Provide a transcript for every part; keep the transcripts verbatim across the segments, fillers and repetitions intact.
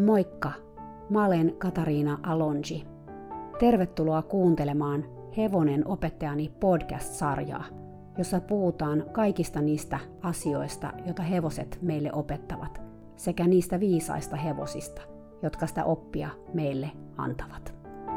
Moikka! Mä olen Katariina Alonji. Tervetuloa kuuntelemaan Hevonen opettajani podcast-sarjaa, jossa puhutaan kaikista niistä asioista, joita hevoset meille opettavat, sekä niistä viisaista hevosista, jotka sitä oppia meille antavat.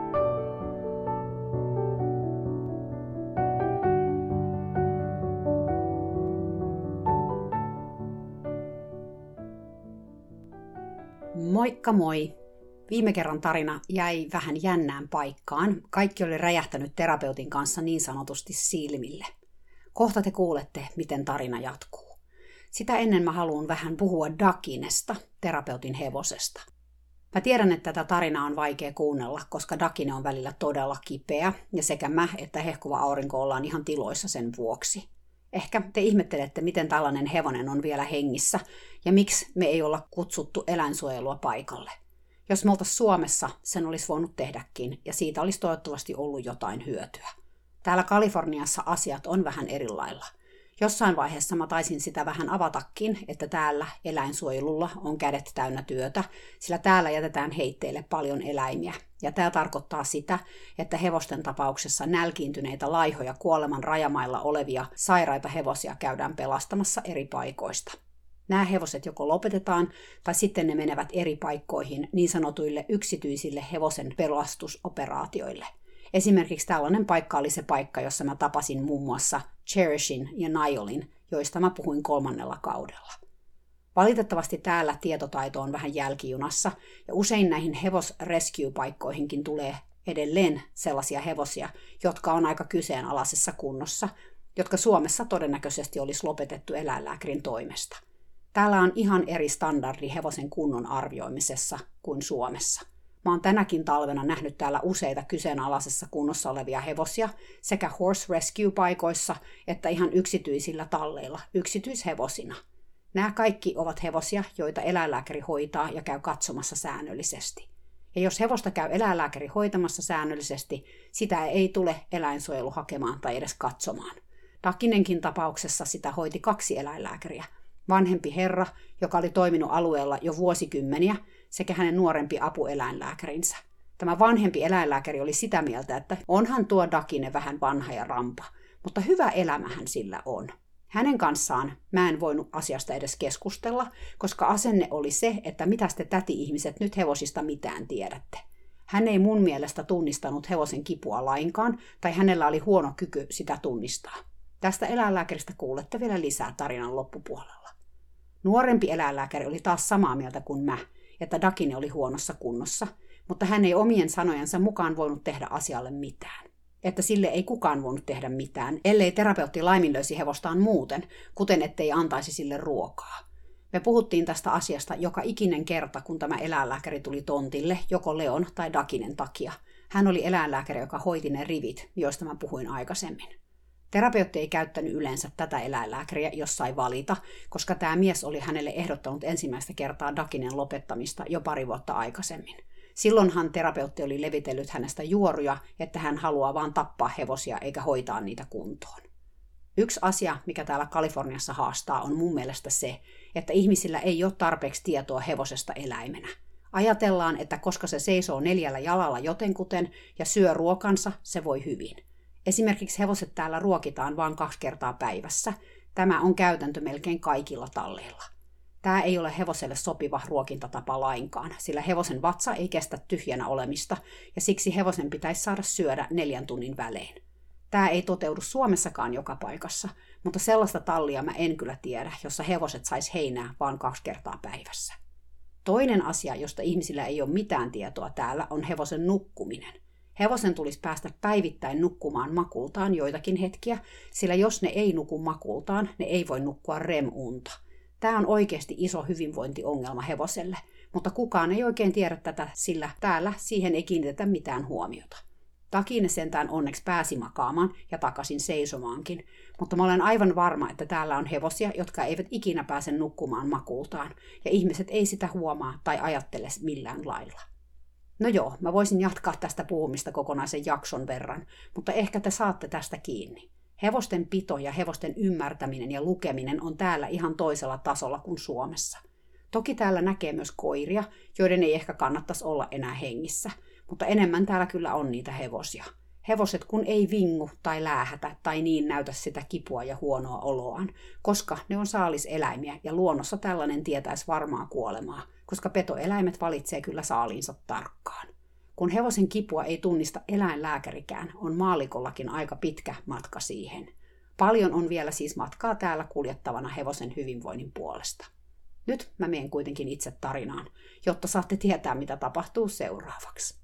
Moikka moi! Viime kerran tarina jäi vähän jännään paikkaan. Kaikki oli räjähtänyt terapeutin kanssa niin sanotusti silmille. Kohta te kuulette, miten tarina jatkuu. Sitä ennen mä haluan vähän puhua Dakinesta, terapeutin hevosesta. Mä tiedän, että tätä tarinaa on vaikea kuunnella, koska Dakine on välillä todella kipeä, ja sekä mä että hehkuva aurinko ollaan ihan tiloissa sen vuoksi. Ehkä te ihmettelette, miten tällainen hevonen on vielä hengissä, ja miksi me ei olla kutsuttu eläinsuojelua paikalle. Jos me oltaisiin Suomessa, sen olisi voinut tehdäkin, ja siitä olisi toivottavasti ollut jotain hyötyä. Täällä Kaliforniassa asiat on vähän erilailla. Jossain vaiheessa mä taisin sitä vähän avatakin, että täällä eläinsuojelulla on kädet täynnä työtä, sillä täällä jätetään heitteille paljon eläimiä. Ja tämä tarkoittaa sitä, että hevosten tapauksessa nälkiintyneitä laihoja kuoleman rajamailla olevia sairaita hevosia käydään pelastamassa eri paikoista. Nämä hevoset joko lopetetaan tai sitten ne menevät eri paikkoihin niin sanotuille yksityisille hevosen pelastusoperaatioille. Esimerkiksi tällainen paikka oli se paikka, jossa mä tapasin muun muassa Cherishin ja Niallin, joista mä puhuin kolmannella kaudella. Valitettavasti täällä tietotaito on vähän jälkijunassa, ja usein näihin hevosrescue-paikkoihinkin tulee edelleen sellaisia hevosia, jotka on aika kyseenalaisessa kunnossa, jotka Suomessa todennäköisesti olisi lopetettu eläinlääkärin toimesta. Täällä on ihan eri standardi hevosen kunnon arvioimisessa kuin Suomessa. Mä oon tänäkin talvena nähnyt täällä useita kyseenalaisessa kunnossa olevia hevosia sekä horse rescue-paikoissa että ihan yksityisillä talleilla yksityishevosina. Nämä kaikki ovat hevosia, joita eläinlääkäri hoitaa ja käy katsomassa säännöllisesti. Ja jos hevosta käy eläinlääkäri hoitamassa säännöllisesti, sitä ei tule eläinsuojelu hakemaan tai edes katsomaan. Dakinenkin tapauksessa sitä hoiti kaksi eläinlääkäriä. Vanhempi herra, joka oli toiminut alueella jo vuosikymmeniä, sekä hänen nuorempi apueläinlääkärinsä. Tämä vanhempi eläinlääkäri oli sitä mieltä, että onhan tuo Dakine vähän vanha ja rampa, mutta hyvä elämähän sillä on. Hänen kanssaan mä en voinut asiasta edes keskustella, koska asenne oli se, että mitäs te täti-ihmiset nyt hevosista mitään tiedätte. Hän ei mun mielestä tunnistanut hevosen kipua lainkaan, tai hänellä oli huono kyky sitä tunnistaa. Tästä eläinlääkäristä kuulette vielä lisää tarinan loppupuolella. Nuorempi eläinlääkäri oli taas samaa mieltä kuin mä, että Dakine oli huonossa kunnossa, mutta hän ei omien sanojensa mukaan voinut tehdä asialle mitään. Että sille ei kukaan voinut tehdä mitään, ellei terapeutti laiminlöisi hevostaan muuten, kuten ettei antaisi sille ruokaa. Me puhuttiin tästä asiasta joka ikinen kerta, kun tämä eläinlääkäri tuli tontille, joko Leon tai Dakinen takia. Hän oli eläinlääkäri, joka hoiti ne rivit, joista mä puhuin aikaisemmin. Terapeutti ei käyttänyt yleensä tätä eläinlääkäriä, jos sai valita, koska tämä mies oli hänelle ehdottanut ensimmäistä kertaa Dakinen lopettamista jo pari vuotta aikaisemmin. Silloinhan terapeutti oli levitellyt hänestä juoruja, että hän haluaa vaan tappaa hevosia eikä hoitaa niitä kuntoon. Yksi asia, mikä täällä Kaliforniassa haastaa, on mun mielestä se, että ihmisillä ei ole tarpeeksi tietoa hevosesta eläimenä. Ajatellaan, että koska se seisoo neljällä jalalla jotenkuten ja syö ruokansa, se voi hyvin. Esimerkiksi hevoset täällä ruokitaan vain kaksi kertaa päivässä. Tämä on käytäntö melkein kaikilla talleilla. Tämä ei ole hevoselle sopiva ruokintatapa lainkaan, sillä hevosen vatsa ei kestä tyhjänä olemista, ja siksi hevosen pitäisi saada syödä neljän tunnin välein. Tämä ei toteudu Suomessakaan joka paikassa, mutta sellaista tallia mä en kyllä tiedä, jossa hevoset sais heinää vain kaksi kertaa päivässä. Toinen asia, josta ihmisillä ei ole mitään tietoa täällä, on hevosen nukkuminen. Hevosen tulisi päästä päivittäin nukkumaan makuultaan joitakin hetkiä, sillä jos ne ei nuku makuultaan, ne ei voi nukkua R E M-unta. Tämä on oikeasti iso hyvinvointiongelma hevoselle, mutta kukaan ei oikein tiedä tätä, sillä täällä siihen ei kiinnitetä mitään huomiota. Dakine sentään onneksi pääsi makaamaan ja takaisin seisomaankin, mutta mä olen aivan varma, että täällä on hevosia, jotka eivät ikinä pääse nukkumaan makuultaan, ja ihmiset ei sitä huomaa tai ajattele millään lailla. No joo, mä voisin jatkaa tästä puhumista kokonaisen jakson verran, mutta ehkä te saatte tästä kiinni. Hevosten pito ja hevosten ymmärtäminen ja lukeminen on täällä ihan toisella tasolla kuin Suomessa. Toki täällä näkee myös koiria, joiden ei ehkä kannattaisi olla enää hengissä, mutta enemmän täällä kyllä on niitä hevosia. Hevoset kun ei vingu tai läähätä tai niin näytä sitä kipua ja huonoa oloaan, koska ne on saaliseläimiä ja luonnossa tällainen tietäisi varmaa kuolemaa, koska petoeläimet valitsee kyllä saaliinsa tarkkaan. Kun hevosen kipua ei tunnista eläinlääkärikään, on maallikollakin aika pitkä matka siihen. Paljon on vielä siis matkaa täällä kuljettavana hevosen hyvinvoinnin puolesta. Nyt mä menen kuitenkin itse tarinaan, jotta saatte tietää, mitä tapahtuu seuraavaksi.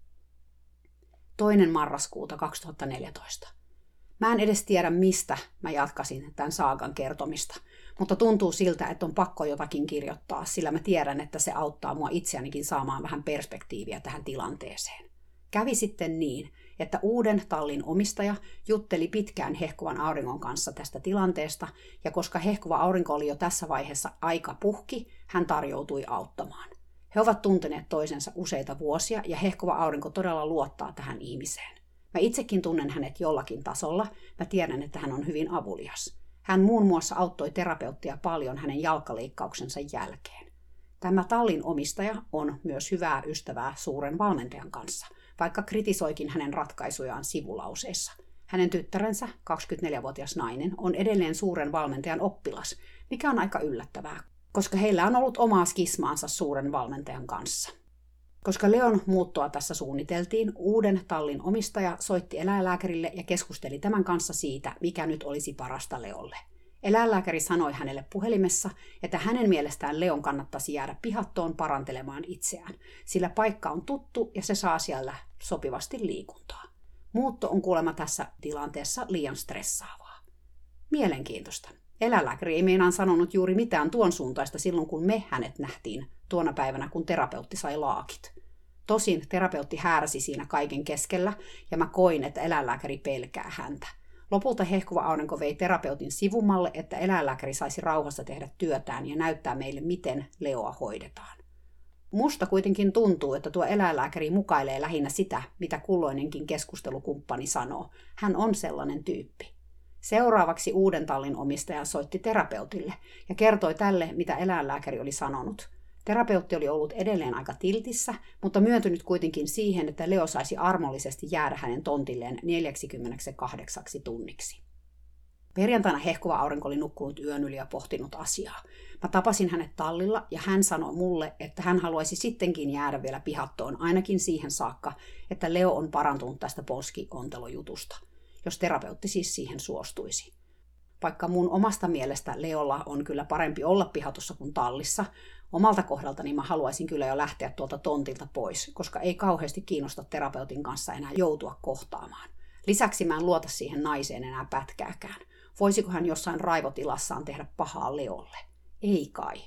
Toinen marraskuuta kaksituhattaneljätoista. Mä en edes tiedä, mistä mä jatkasin tämän saagan kertomista, mutta tuntuu siltä, että on pakko jotakin kirjoittaa, sillä mä tiedän, että se auttaa mua itseänikin saamaan vähän perspektiiviä tähän tilanteeseen. Kävi sitten niin, että uuden tallin omistaja jutteli pitkään hehkuvan auringon kanssa tästä tilanteesta, ja koska hehkuva aurinko oli jo tässä vaiheessa aika puhki, hän tarjoutui auttamaan. He ovat tunteneet toisensa useita vuosia, ja hehkuva aurinko todella luottaa tähän ihmiseen. Mä itsekin tunnen hänet jollakin tasolla, mä tiedän, että hän on hyvin avulias. Hän muun muassa auttoi terapeuttia paljon hänen jalkaleikkauksensa jälkeen. Tämä tallin omistaja on myös hyvää ystävää suuren valmentajan kanssa, vaikka kritisoikin hänen ratkaisujaan sivulauseissa. Hänen tyttärensä, kaksikymmentäneljävuotias nainen, on edelleen suuren valmentajan oppilas, mikä on aika yllättävää, koska heillä on ollut omaa skismaansa suuren valmentajan kanssa. Koska Leon muuttoa tässä suunniteltiin, uuden tallin omistaja soitti eläinlääkärille ja keskusteli tämän kanssa siitä, mikä nyt olisi parasta Leolle. Eläinlääkäri sanoi hänelle puhelimessa, että hänen mielestään Leon kannattaisi jäädä pihattoon parantelemaan itseään, sillä paikka on tuttu ja se saa siellä sopivasti liikuntaa. Muutto on kuulemma tässä tilanteessa liian stressaavaa. Mielenkiintoista. Eläinlääkäri ei meinaan sanonut juuri mitään tuon suuntaista silloin, kun me hänet nähtiin tuona päivänä, kun terapeutti sai laakit. Tosin terapeutti häärsi siinä kaiken keskellä, ja mä koin, että eläinlääkäri pelkää häntä. Lopulta hehkuva aurinko vei terapeutin sivumalle, että eläinlääkäri saisi rauhassa tehdä työtään ja näyttää meille, miten Leoa hoidetaan. Musta kuitenkin tuntuu, että tuo eläinlääkäri mukailee lähinnä sitä, mitä kulloinenkin keskustelukumppani sanoo. Hän on sellainen tyyppi. Seuraavaksi uuden tallin omistaja soitti terapeutille ja kertoi tälle, mitä eläinlääkäri oli sanonut. Terapeutti oli ollut edelleen aika tiltissä, mutta myöntynyt kuitenkin siihen, että Leo saisi armollisesti jäädä hänen tontilleen neljäkymmentäkahdeksan tunniksi. Perjantaina hehkuva aurinko oli nukkunut yön yli ja pohtinut asiaa. Mä tapasin hänet tallilla ja hän sanoi mulle, että hän haluaisi sittenkin jäädä vielä pihattoon ainakin siihen saakka, että Leo on parantunut tästä poskiontelojutusta, jos terapeutti siis siihen suostuisi. Vaikka mun omasta mielestä Leolla on kyllä parempi olla pihatossa kuin tallissa, omalta kohdaltani mä haluaisin kyllä jo lähteä tuolta tontilta pois, koska ei kauheasti kiinnosta terapeutin kanssa enää joutua kohtaamaan. Lisäksi mä en luota siihen naiseen enää pätkääkään. Voisiko hän jossain raivotilassaan tehdä pahaa Leolle? Ei kai.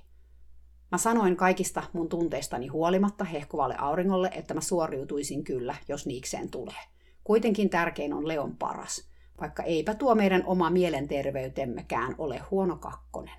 Mä sanoin kaikista mun tunteistani huolimatta hehkuvalle auringolle, että mä suoriutuisin kyllä, jos niikseen tulee. Kuitenkin tärkein on Leon paras, vaikka eipä tuo meidän oma mielenterveytemmekään ole huono kakkonen.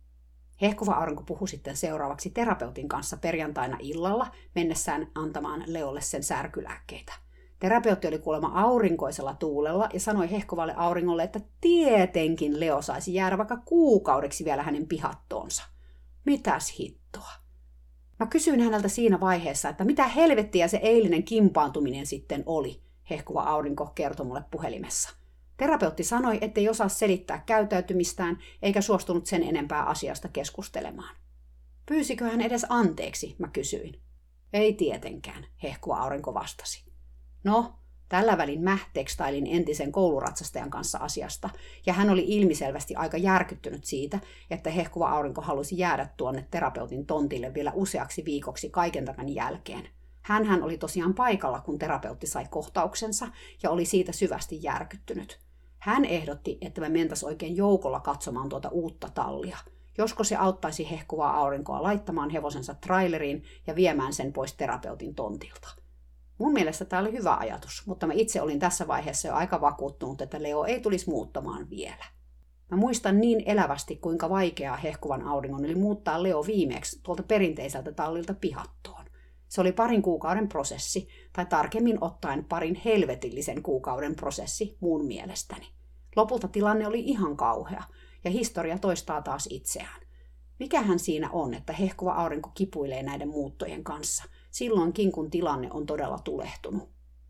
Hehkuva aurinko puhui sitten seuraavaksi terapeutin kanssa perjantaina illalla mennessään antamaan Leolle sen särkylääkkeitä. Terapeutti oli kuulemma aurinkoisella tuulella ja sanoi hehkuvalle auringolle, että tietenkin Leo saisi jäädä vaikka kuukaudeksi vielä hänen pihattoonsa. Mitäs hittoa? Mä kysyin häneltä siinä vaiheessa, että mitä helvettiä se eilinen kimpaantuminen sitten oli, hehkuva aurinko kertoi mulle puhelimessa. Terapeutti sanoi, ettei osaa selittää käyttäytymistään eikä suostunut sen enempää asiasta keskustelemaan. Pyysikö hän edes anteeksi, mä kysyin. Ei tietenkään, hehkuva aurinko vastasi. No, tällä välin mä tekstailin entisen kouluratsastajan kanssa asiasta, ja hän oli ilmiselvästi aika järkyttynyt siitä, että hehkuva aurinko halusi jäädä tuonne terapeutin tontille vielä useaksi viikoksi kaiken tämän jälkeen. Hänhän oli tosiaan paikalla, kun terapeutti sai kohtauksensa, ja oli siitä syvästi järkyttynyt. Hän ehdotti, että me mentäisiin oikein joukolla katsomaan tuota uutta tallia. Josko se auttaisi hehkuvaa aurinkoa laittamaan hevosensa traileriin ja viemään sen pois terapeutin tontilta. Mun mielestä tämä oli hyvä ajatus, mutta mä itse olin tässä vaiheessa jo aika vakuuttunut, että Leo ei tulisi muuttamaan vielä. Mä muistan niin elävästi, kuinka vaikeaa hehkuvan auringon oli muuttaa Leo viimeksi tuolta perinteiseltä tallilta pihattoon. Se oli parin kuukauden prosessi, tai tarkemmin ottaen parin helvetillisen kuukauden prosessi mun mielestäni. Lopulta tilanne oli ihan kauhea, ja historia toistaa taas itseään. Mikähän siinä on, että hehkuva aurinko kipuilee näiden muuttojen kanssa, silloinkin kun tilanne on todella tulehtunut.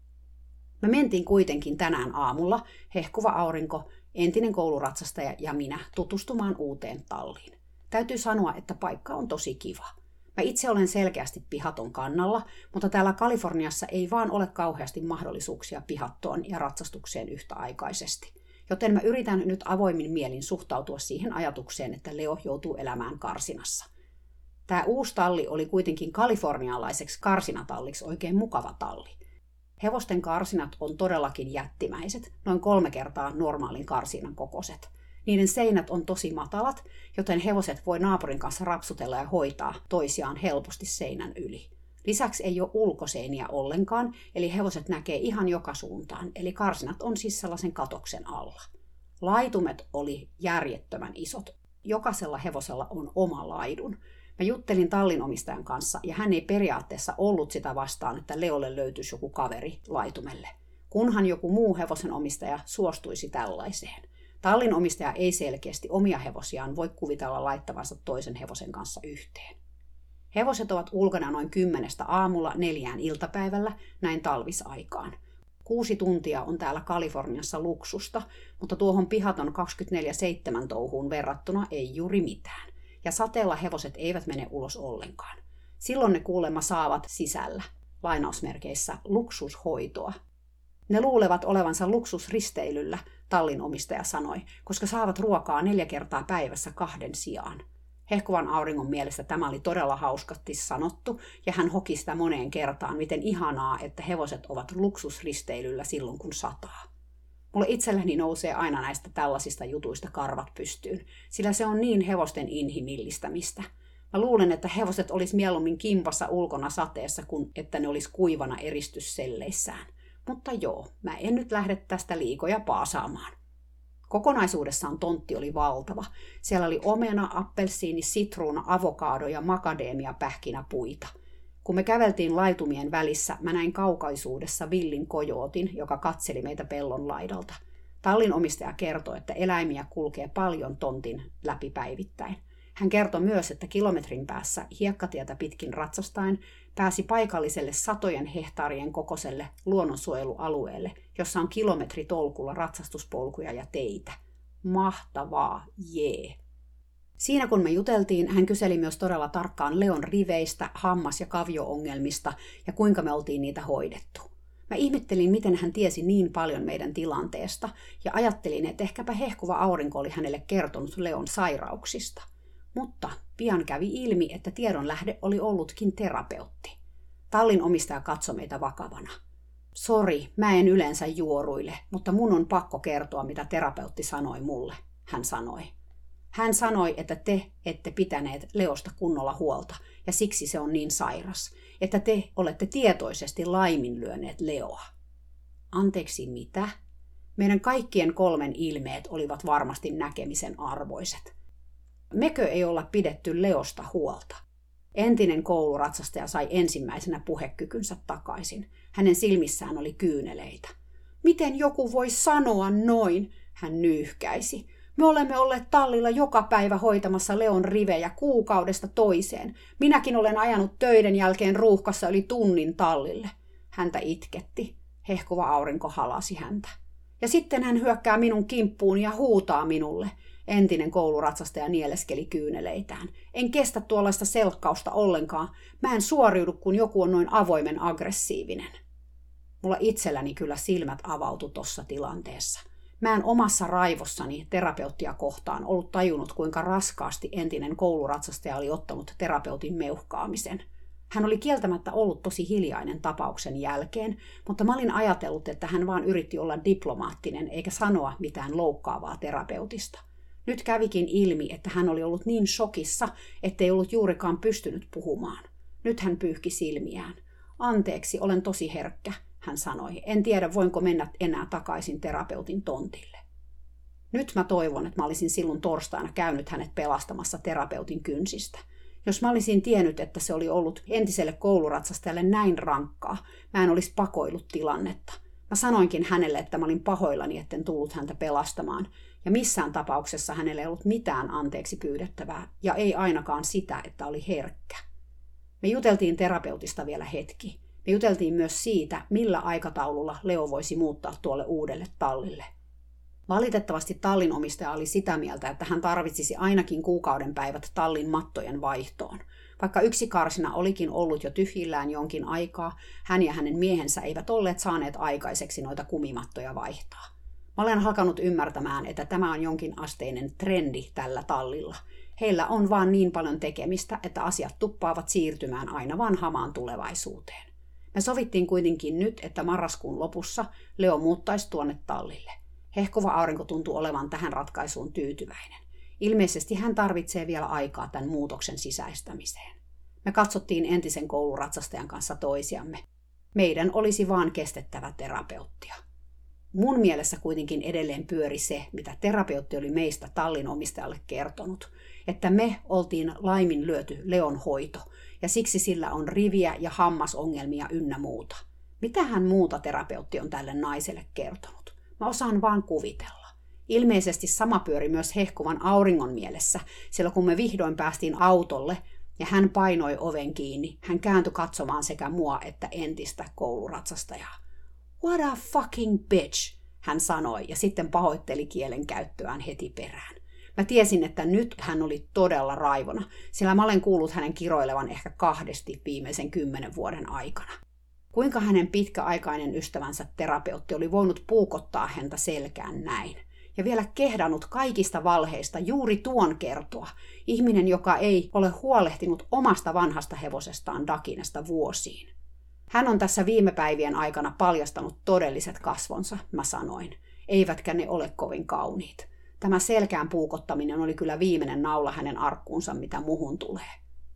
Me mentiin kuitenkin tänään aamulla, hehkuva aurinko, entinen kouluratsastaja ja minä, tutustumaan uuteen talliin. Täytyy sanoa, että paikka on tosi kiva. Mä itse olen selkeästi pihaton kannalla, mutta täällä Kaliforniassa ei vaan ole kauheasti mahdollisuuksia pihattoon ja ratsastukseen yhtäaikaisesti. Joten mä yritän nyt avoimin mielin suhtautua siihen ajatukseen, että Leo joutuu elämään karsinassa. Tää uusi talli oli kuitenkin kalifornialaiseksi karsinatalliksi oikein mukava talli. Hevosten karsinat on todellakin jättimäiset, noin kolme kertaa normaalin karsinan kokoiset. Niiden seinät on tosi matalat, joten hevoset voi naapurin kanssa rapsutella ja hoitaa toisiaan helposti seinän yli. Lisäksi ei ole ulkoseiniä ollenkaan, eli hevoset näkee ihan joka suuntaan, eli karsinat on siis sellaisen katoksen alla. Laitumet oli järjettömän isot. Jokaisella hevosella on oma laidun. Mä juttelin tallinomistajan kanssa, ja hän ei periaatteessa ollut sitä vastaan, että Leolle löytyisi joku kaveri laitumelle, kunhan joku muu hevosen omistaja suostuisi tällaiseen. Tallin omistaja ei selkeästi omia hevosiaan voi kuvitella laittavansa toisen hevosen kanssa yhteen. Hevoset ovat ulkona noin kymmenestä aamulla neljään iltapäivällä, näin talvisaikaan. Kuusi tuntia on täällä Kaliforniassa luksusta, mutta tuohon pihaton kaksikymmentäneljä seitsemän touhuun verrattuna ei juuri mitään. Ja sateella hevoset eivät mene ulos ollenkaan. Silloin ne kuulemma saavat sisällä, lainausmerkeissä, luksushoitoa. Ne luulevat olevansa luksusristeilyllä, tallin omistaja sanoi, koska saavat ruokaa neljä kertaa päivässä kahden sijaan. Hehkuvan auringon mielestä tämä oli todella hauskasti sanottu, ja hän hoki sitä moneen kertaan, miten ihanaa, että hevoset ovat luksusristeilyllä silloin, kun sataa. Mulle itselläni nousee aina näistä tällaisista jutuista karvat pystyyn, sillä se on niin hevosten inhimillistämistä. Mä luulen, että hevoset olisi mieluummin kimpassa ulkona sateessa, kuin että ne olisi kuivana eristysselleissään. Mutta joo, mä en nyt lähde tästä liikoja paasaamaan. Kokonaisuudessaan tontti oli valtava. Siellä oli omena, appelsiini, sitruuna, avokaado ja makadeemia pähkinäpuita. Kun me käveltiin laitumien välissä, mä näin kaukaisuudessa villin kojootin, joka katseli meitä pellon laidalta. Tallin omistaja kertoi, että eläimiä kulkee paljon tontin läpi päivittäin. Hän kertoi myös, että kilometrin päässä hiekkatietä pitkin ratsastaen pääsi paikalliselle satojen hehtaarien kokoiselle luonnonsuojelualueelle, jossa on kilometritolkulla ratsastuspolkuja ja teitä. Mahtavaa, jee! Siinä kun me juteltiin, hän kyseli myös todella tarkkaan Leon riveistä, hammas- ja kavio-ongelmista ja kuinka me oltiin niitä hoidettu. Mä ihmettelin, miten hän tiesi niin paljon meidän tilanteesta ja ajattelin, että ehkäpä hehkuva aurinko oli hänelle kertonut Leon sairauksista. Mutta pian kävi ilmi, että tiedonlähde oli ollutkin terapeutti. Tallin omistaja katsoi meitä vakavana. Sori, mä en yleensä juoruile, mutta mun on pakko kertoa, mitä terapeutti sanoi mulle, hän sanoi. Hän sanoi, että te ette pitäneet Leosta kunnolla huolta, ja siksi se on niin sairas, että te olette tietoisesti laiminlyöneet Leoa. Anteeksi, mitä? Meidän kaikkien kolmen ilmeet olivat varmasti näkemisen arvoiset. Mekö ei olla pidetty Leosta huolta? Entinen kouluratsastaja sai ensimmäisenä puhekykynsä takaisin. Hänen silmissään oli kyyneleitä. Miten joku voi sanoa noin? Hän nyyhkäisi. Me olemme olleet tallilla joka päivä hoitamassa Leon rivejä kuukaudesta toiseen. Minäkin olen ajanut töiden jälkeen ruuhkassa yli tunnin tallille. Häntä itketti. Hehkuva aurinko halasi häntä. Ja sitten hän hyökkää minun kimppuun ja huutaa minulle. Entinen kouluratsastaja nieleskeli kyyneleitään. En kestä tuollaista selkkausta ollenkaan. Mä en suoriudu, kun joku on noin avoimen aggressiivinen. Mulla itselläni kyllä silmät avautui tossa tilanteessa. Mä en omassa raivossani terapeuttia kohtaan ollut tajunnut, kuinka raskaasti entinen kouluratsastaja oli ottanut terapeutin meuhkaamisen. Hän oli kieltämättä ollut tosi hiljainen tapauksen jälkeen, mutta mä olin ajatellut, että hän vaan yritti olla diplomaattinen eikä sanoa mitään loukkaavaa terapeutista. Nyt kävikin ilmi, että hän oli ollut niin shokissa, ettei ollut juurikaan pystynyt puhumaan. Nyt hän pyyhki silmiään. Anteeksi, olen tosi herkkä, hän sanoi. En tiedä, voinko mennä enää takaisin terapeutin tontille. Nyt mä toivon, että mä olisin silloin torstaina käynyt hänet pelastamassa terapeutin kynsistä. Jos mä olisin tiennyt, että se oli ollut entiselle kouluratsastajalle näin rankkaa, mä en olisi pakoillut tilannetta. Mä sanoinkin hänelle, että mä olin pahoillani, etten tullut häntä pelastamaan, Ja missään tapauksessa hänellä ei ollut mitään anteeksi pyydettävää, ja ei ainakaan sitä, että oli herkkä. Me juteltiin terapeutista vielä hetki. Me juteltiin myös siitä, millä aikataululla Leo voisi muuttaa tuolle uudelle tallille. Valitettavasti tallin omistaja oli sitä mieltä, että hän tarvitsisi ainakin kuukauden päivät tallin mattojen vaihtoon. Vaikka yksi karsina olikin ollut jo tyhjillään jonkin aikaa, hän ja hänen miehensä eivät olleet saaneet aikaiseksi noita kumimattoja vaihtaa. Mä olen alkanut ymmärtämään, että tämä on jonkin asteinen trendi tällä tallilla. Heillä on vaan niin paljon tekemistä, että asiat tuppaavat siirtymään aina vaan hamaan tulevaisuuteen. Me sovittiin kuitenkin nyt, että marraskuun lopussa Leo muuttaisi tuonne tallille. Hehkuva aurinko tuntui olevan tähän ratkaisuun tyytyväinen. Ilmeisesti hän tarvitsee vielä aikaa tämän muutoksen sisäistämiseen. Me katsottiin entisen kouluratsastajan kanssa toisiamme. Meidän olisi vaan kestettävä terapeuttia. Mun mielessä kuitenkin edelleen pyöri se, mitä terapeutti oli meistä tallin omistajalle kertonut, että me oltiin laiminlyöty Leon hoito, ja siksi sillä on riviä ja hammasongelmia ynnä muuta. Mitähän muuta terapeutti on tälle naiselle kertonut? Mä osaan vaan kuvitella. Ilmeisesti sama pyöri myös hehkuvan auringon mielessä, sillä kun me vihdoin päästiin autolle ja hän painoi oven kiinni, hän kääntyi katsomaan sekä mua että entistä kouluratsastajaa. What a fucking bitch, hän sanoi ja sitten pahoitteli kielen käyttöään heti perään. Mä tiesin, että nyt hän oli todella raivona, sillä mä olen kuullut hänen kiroilevan ehkä kahdesti viimeisen kymmenen vuoden aikana. Kuinka hänen pitkäaikainen ystävänsä terapeutti oli voinut puukottaa häntä selkään näin? Ja vielä kehdannut kaikista valheista juuri tuon kertoa. Ihminen, joka ei ole huolehtinut omasta vanhasta hevosestaan Dakinasta vuosiin. Hän on tässä viime päivien aikana paljastanut todelliset kasvonsa, mä sanoin. Eivätkä ne ole kovin kauniit. Tämä selkään puukottaminen oli kyllä viimeinen naula hänen arkkuunsa, mitä muhun tulee.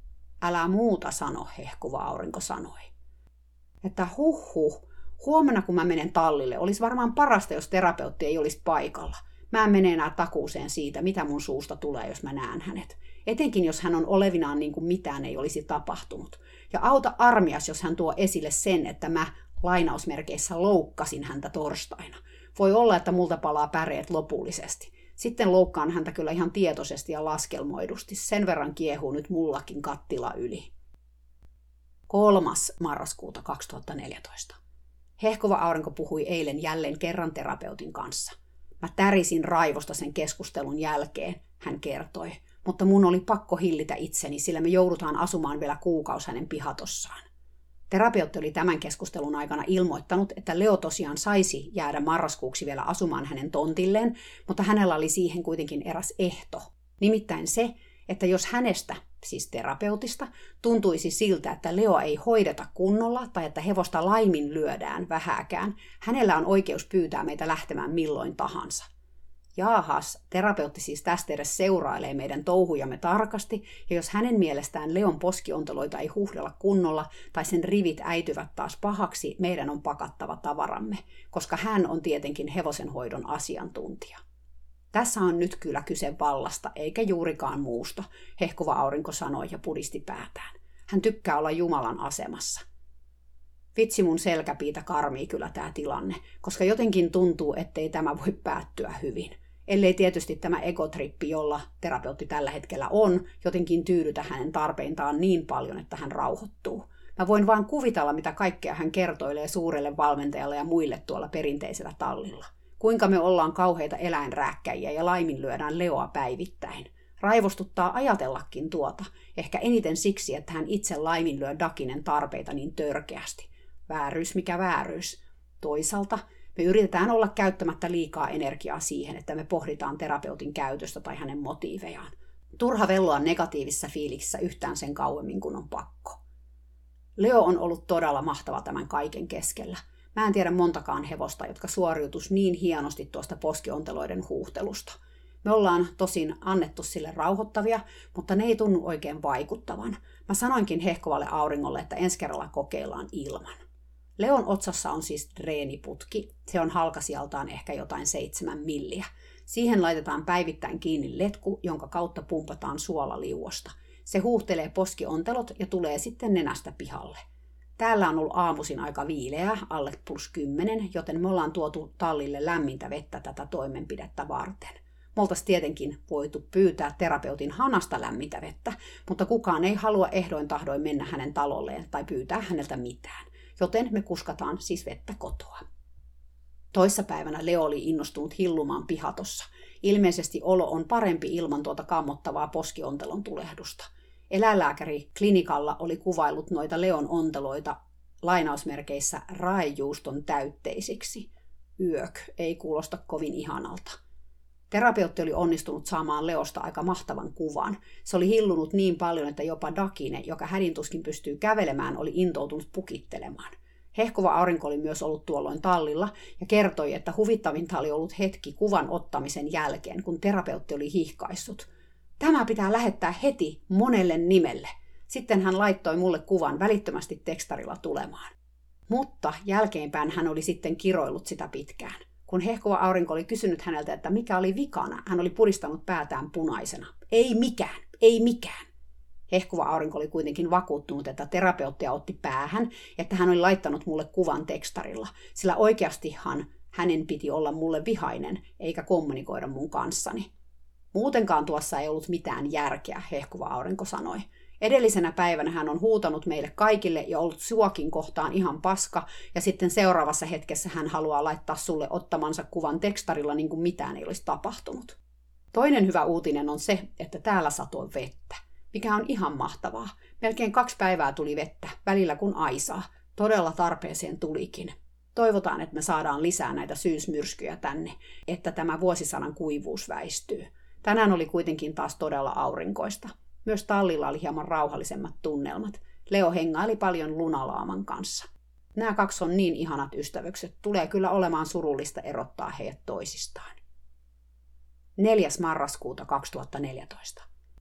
Älä muuta sano, hehkuva aurinko sanoi. Että huh huh, huomenna kun mä menen tallille, olisi varmaan parasta, jos terapeutti ei olisi paikalla. Mä en mene enää takuuseen siitä, mitä mun suusta tulee, jos mä näen hänet. Etenkin, jos hän on olevinaan niin kuin mitään ei olisi tapahtunut. Ja auta armias, jos hän tuo esille sen, että mä lainausmerkeissä loukkasin häntä torstaina. Voi olla, että multa palaa päreet lopullisesti. Sitten loukkaan häntä kyllä ihan tietoisesti ja laskelmoidusti. Sen verran kiehuu nyt mullakin kattila yli. kolmas marraskuuta kaksituhattaneljätoista. Hehkuva aurinko puhui eilen jälleen kerran terapeutin kanssa. Mä tärisin raivosta sen keskustelun jälkeen, hän kertoi, mutta mun oli pakko hillitä itseni, sillä me joudutaan asumaan vielä kuukausi hänen pihatossaan. Terapeutti oli tämän keskustelun aikana ilmoittanut, että Leo tosiaan saisi jäädä marraskuuksi vielä asumaan hänen tontilleen, mutta hänellä oli siihen kuitenkin eräs ehto. Nimittäin se, että jos hänestä, siis terapeutista, tuntuisi siltä, että Leo ei hoideta kunnolla tai että hevosta laiminlyödään vähääkään, hänellä on oikeus pyytää meitä lähtemään milloin tahansa. Jaahas, terapeutti siis tästä edes seurailee meidän touhujamme tarkasti, ja jos hänen mielestään Leon poskiontoloita ei huhdella kunnolla tai sen rivit äityvät taas pahaksi, meidän on pakattava tavaramme, koska hän on tietenkin hevosenhoidon asiantuntija. Tässä on nyt kyllä kyse vallasta, eikä juurikaan muusta, hehkuva aurinko sanoi ja pudisti päätään. Hän tykkää olla Jumalan asemassa. Vitsi mun selkäpiitä karmii kyllä tämä tilanne, koska jotenkin tuntuu, ettei tämä voi päättyä hyvin. Ellei tietysti tämä egotrippi, jolla terapeutti tällä hetkellä on, jotenkin tyydytä hänen tarpeintaan niin paljon, että hän rauhoittuu. Mä voin vaan kuvitella, mitä kaikkea hän kertoilee suurelle valmentajalle ja muille tuolla perinteisellä tallilla. Kuinka me ollaan kauheita eläinrääkkäjiä ja laiminlyödään Leoa päivittäin. Raivostuttaa ajatellakin tuota, ehkä eniten siksi, että hän itse laiminlyö Dakinen tarpeita niin törkeästi. Vääryys mikä vääryys. Toisaalta me yritetään olla käyttämättä liikaa energiaa siihen, että me pohditaan terapeutin käytöstä tai hänen motiivejaan. Turha velloa negatiivisessa fiiliksissä yhtään sen kauemmin kuin on pakko. Leo on ollut todella mahtava tämän kaiken keskellä. Mä en tiedä montakaan hevosta, jotka suoriutus niin hienosti tuosta poskionteloiden huuhtelusta. Me ollaan tosin annettu sille rauhoittavia, mutta ne ei tunnu oikein vaikuttavan. Mä sanoinkin hehkuvalle auringolle, että ensi kerralla kokeillaan ilman. Leon otsassa on siis dreeniputki. Se on halkasijaltaan ehkä jotain seitsemän milliä. Siihen laitetaan päivittäin kiinni letku, jonka kautta pumpataan suolaliuosta. Se huuhtelee poskiontelot ja tulee sitten nenästä pihalle. Täällä on ollut aamuisin aika viileää, alle plus kymmenen, joten me ollaan tuotu tallille lämmintä vettä tätä toimenpidettä varten. Me oltaisiin tietenkin voitu pyytää terapeutin hanasta lämmintä vettä, mutta kukaan ei halua ehdoin tahdoin mennä hänen talolleen tai pyytää häneltä mitään, joten me kuskataan siis vettä kotoa. Toissapäivänä Leo oli innostunut hillumaan pihatossa. Ilmeisesti olo on parempi ilman tuota kammottavaa poskiontelon tulehdusta. Eläinlääkäri klinikalla oli kuvaillut noita Leon onteloita lainausmerkeissä raejuuston täytteisiksi. Yök, ei kuulosta kovin ihanalta. Terapeutti oli onnistunut saamaan Leosta aika mahtavan kuvan. Se oli hillunut niin paljon, että jopa Dakine, joka hädintuskin pystyy kävelemään, oli intoutunut pukittelemaan. Hehkuva aurinko oli myös ollut tuolloin tallilla ja kertoi, että huvittavinta oli ollut hetki kuvan ottamisen jälkeen, kun terapeutti oli hihkaissut. Tämä pitää lähettää heti monelle nimelle. Sitten hän laittoi mulle kuvan välittömästi tekstarilla tulemaan. Mutta jälkeenpäin hän oli sitten kiroillut sitä pitkään. Kun hehkuva aurinko oli kysynyt häneltä, että mikä oli vikana, hän oli puristanut päätään punaisena. Ei mikään, ei mikään. Hehkuva aurinko oli kuitenkin vakuuttunut, että terapeuttia otti päähän, että hän oli laittanut mulle kuvan tekstarilla, sillä oikeastihan hänen piti olla mulle vihainen, eikä kommunikoida mun kanssani. Muutenkaan tuossa ei ollut mitään järkeä, hehkuva aurinko sanoi. Edellisenä päivänä hän on huutanut meille kaikille ja ollut suokin kohtaan ihan paska, ja sitten seuraavassa hetkessä hän haluaa laittaa sulle ottamansa kuvan tekstarilla niin kuin mitään ei olisi tapahtunut. Toinen hyvä uutinen on se, että täällä satoi vettä, mikä on ihan mahtavaa. Melkein kaksi päivää tuli vettä, välillä kun aisaa. Todella tarpeeseen tulikin. Toivotaan, että me saadaan lisää näitä syysmyrskyjä tänne, että tämä vuosisadan kuivuus väistyy. Tänään oli kuitenkin taas todella aurinkoista. Myös tallilla oli hieman rauhallisemmat tunnelmat. Leo hengaili paljon lunalaaman kanssa. Nämä kaksi on niin ihanat ystävykset, tulee kyllä olemaan surullista erottaa heidät toisistaan. neljäs marraskuuta kaksituhattaneljätoista.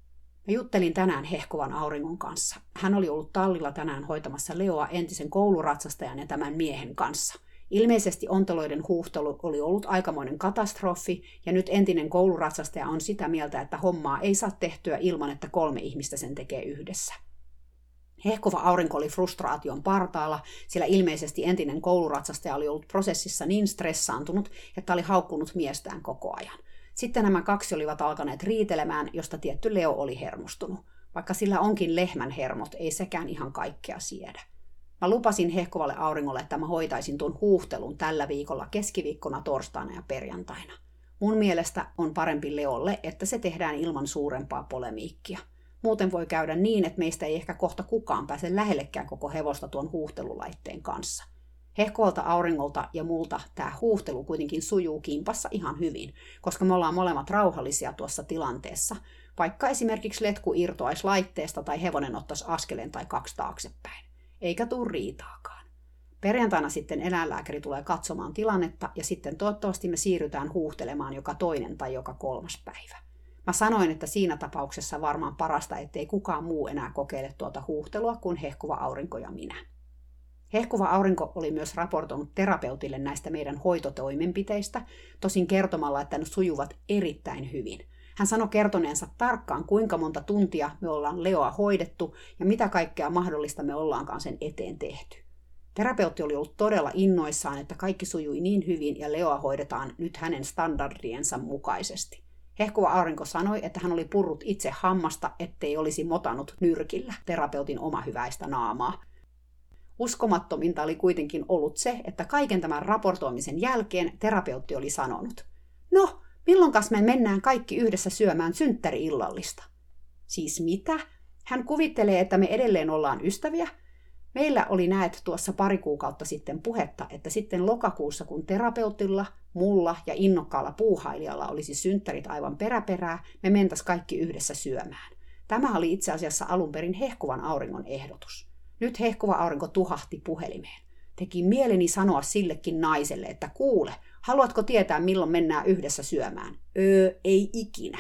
Mä juttelin tänään hehkuvan auringon kanssa. Hän oli ollut tallilla tänään hoitamassa Leoa entisen kouluratsastajan ja tämän miehen kanssa. Ilmeisesti onteloiden huuhtelu oli ollut aikamoinen katastrofi, ja nyt entinen kouluratsastaja on sitä mieltä, että hommaa ei saa tehtyä ilman, että kolme ihmistä sen tekee yhdessä. Hehkuva aurinko oli frustraation partaalla, sillä ilmeisesti entinen kouluratsastaja oli ollut prosessissa niin stressaantunut, että oli haukkunut miestään koko ajan. Sitten nämä kaksi olivat alkaneet riitelemään, josta tietty Leo oli hermostunut. Vaikka sillä onkin lehmän hermot, ei sekään ihan kaikkea siedä. Mä lupasin hehkuvalle auringolle, että mä hoitaisin tuon huuhtelun tällä viikolla keskiviikkona, torstaina ja perjantaina. Mun mielestä on parempi Leolle, että se tehdään ilman suurempaa polemiikkia. Muuten voi käydä niin, että meistä ei ehkä kohta kukaan pääse lähellekään koko hevosta tuon huuhtelulaitteen kanssa. Hehkuvalta auringolta ja multa tämä huuhtelu kuitenkin sujuu kimpassa ihan hyvin, koska me ollaan molemmat rauhallisia tuossa tilanteessa, vaikka esimerkiksi letku irtoaisi laitteesta tai hevonen ottaisi askeleen tai kaksi taaksepäin. Eikä tuu riitaakaan. Perjantaina sitten eläinlääkäri tulee katsomaan tilannetta ja sitten toivottavasti me siirrytään huuhtelemaan joka toinen tai joka kolmas päivä. Mä sanoin, että siinä tapauksessa varmaan parasta, ettei kukaan muu enää kokeile tuota huuhtelua kuin hehkuva aurinko ja minä. Hehkuva aurinko oli myös raportoinut terapeutille näistä meidän hoitotoimenpiteistä, tosin kertomalla, että ne sujuvat erittäin hyvin. Hän sanoi kertoneensa tarkkaan, kuinka monta tuntia me ollaan Leoa hoidettu ja mitä kaikkea mahdollista me ollaankaan sen eteen tehty. Terapeutti oli ollut todella innoissaan, että kaikki sujui niin hyvin ja Leoa hoidetaan nyt hänen standardiensa mukaisesti. Hehkuva aurinko sanoi, että hän oli purrut itse hammasta, ettei olisi motannut nyrkillä terapeutin omahyväistä naamaa. Uskomattominta oli kuitenkin ollut se, että kaiken tämän raportoimisen jälkeen terapeutti oli sanonut: No, milloinkas me mennään kaikki yhdessä syömään synttäri-illallista? Siis mitä? Hän kuvittelee, että me edelleen ollaan ystäviä? Meillä oli näet tuossa pari kuukautta sitten puhetta, että sitten lokakuussa, kun terapeutilla, mulla ja innokkaalla puuhailijalla olisi synttärit aivan peräperää, me mentäs kaikki yhdessä syömään. Tämä oli itse asiassa alun perin hehkuvan auringon ehdotus. Nyt hehkuva aurinko tuhahti puhelimeen. Teki mieleni sanoa sillekin naiselle, että kuule, haluatko tietää milloin mennään yhdessä syömään? Öö, ei ikinä.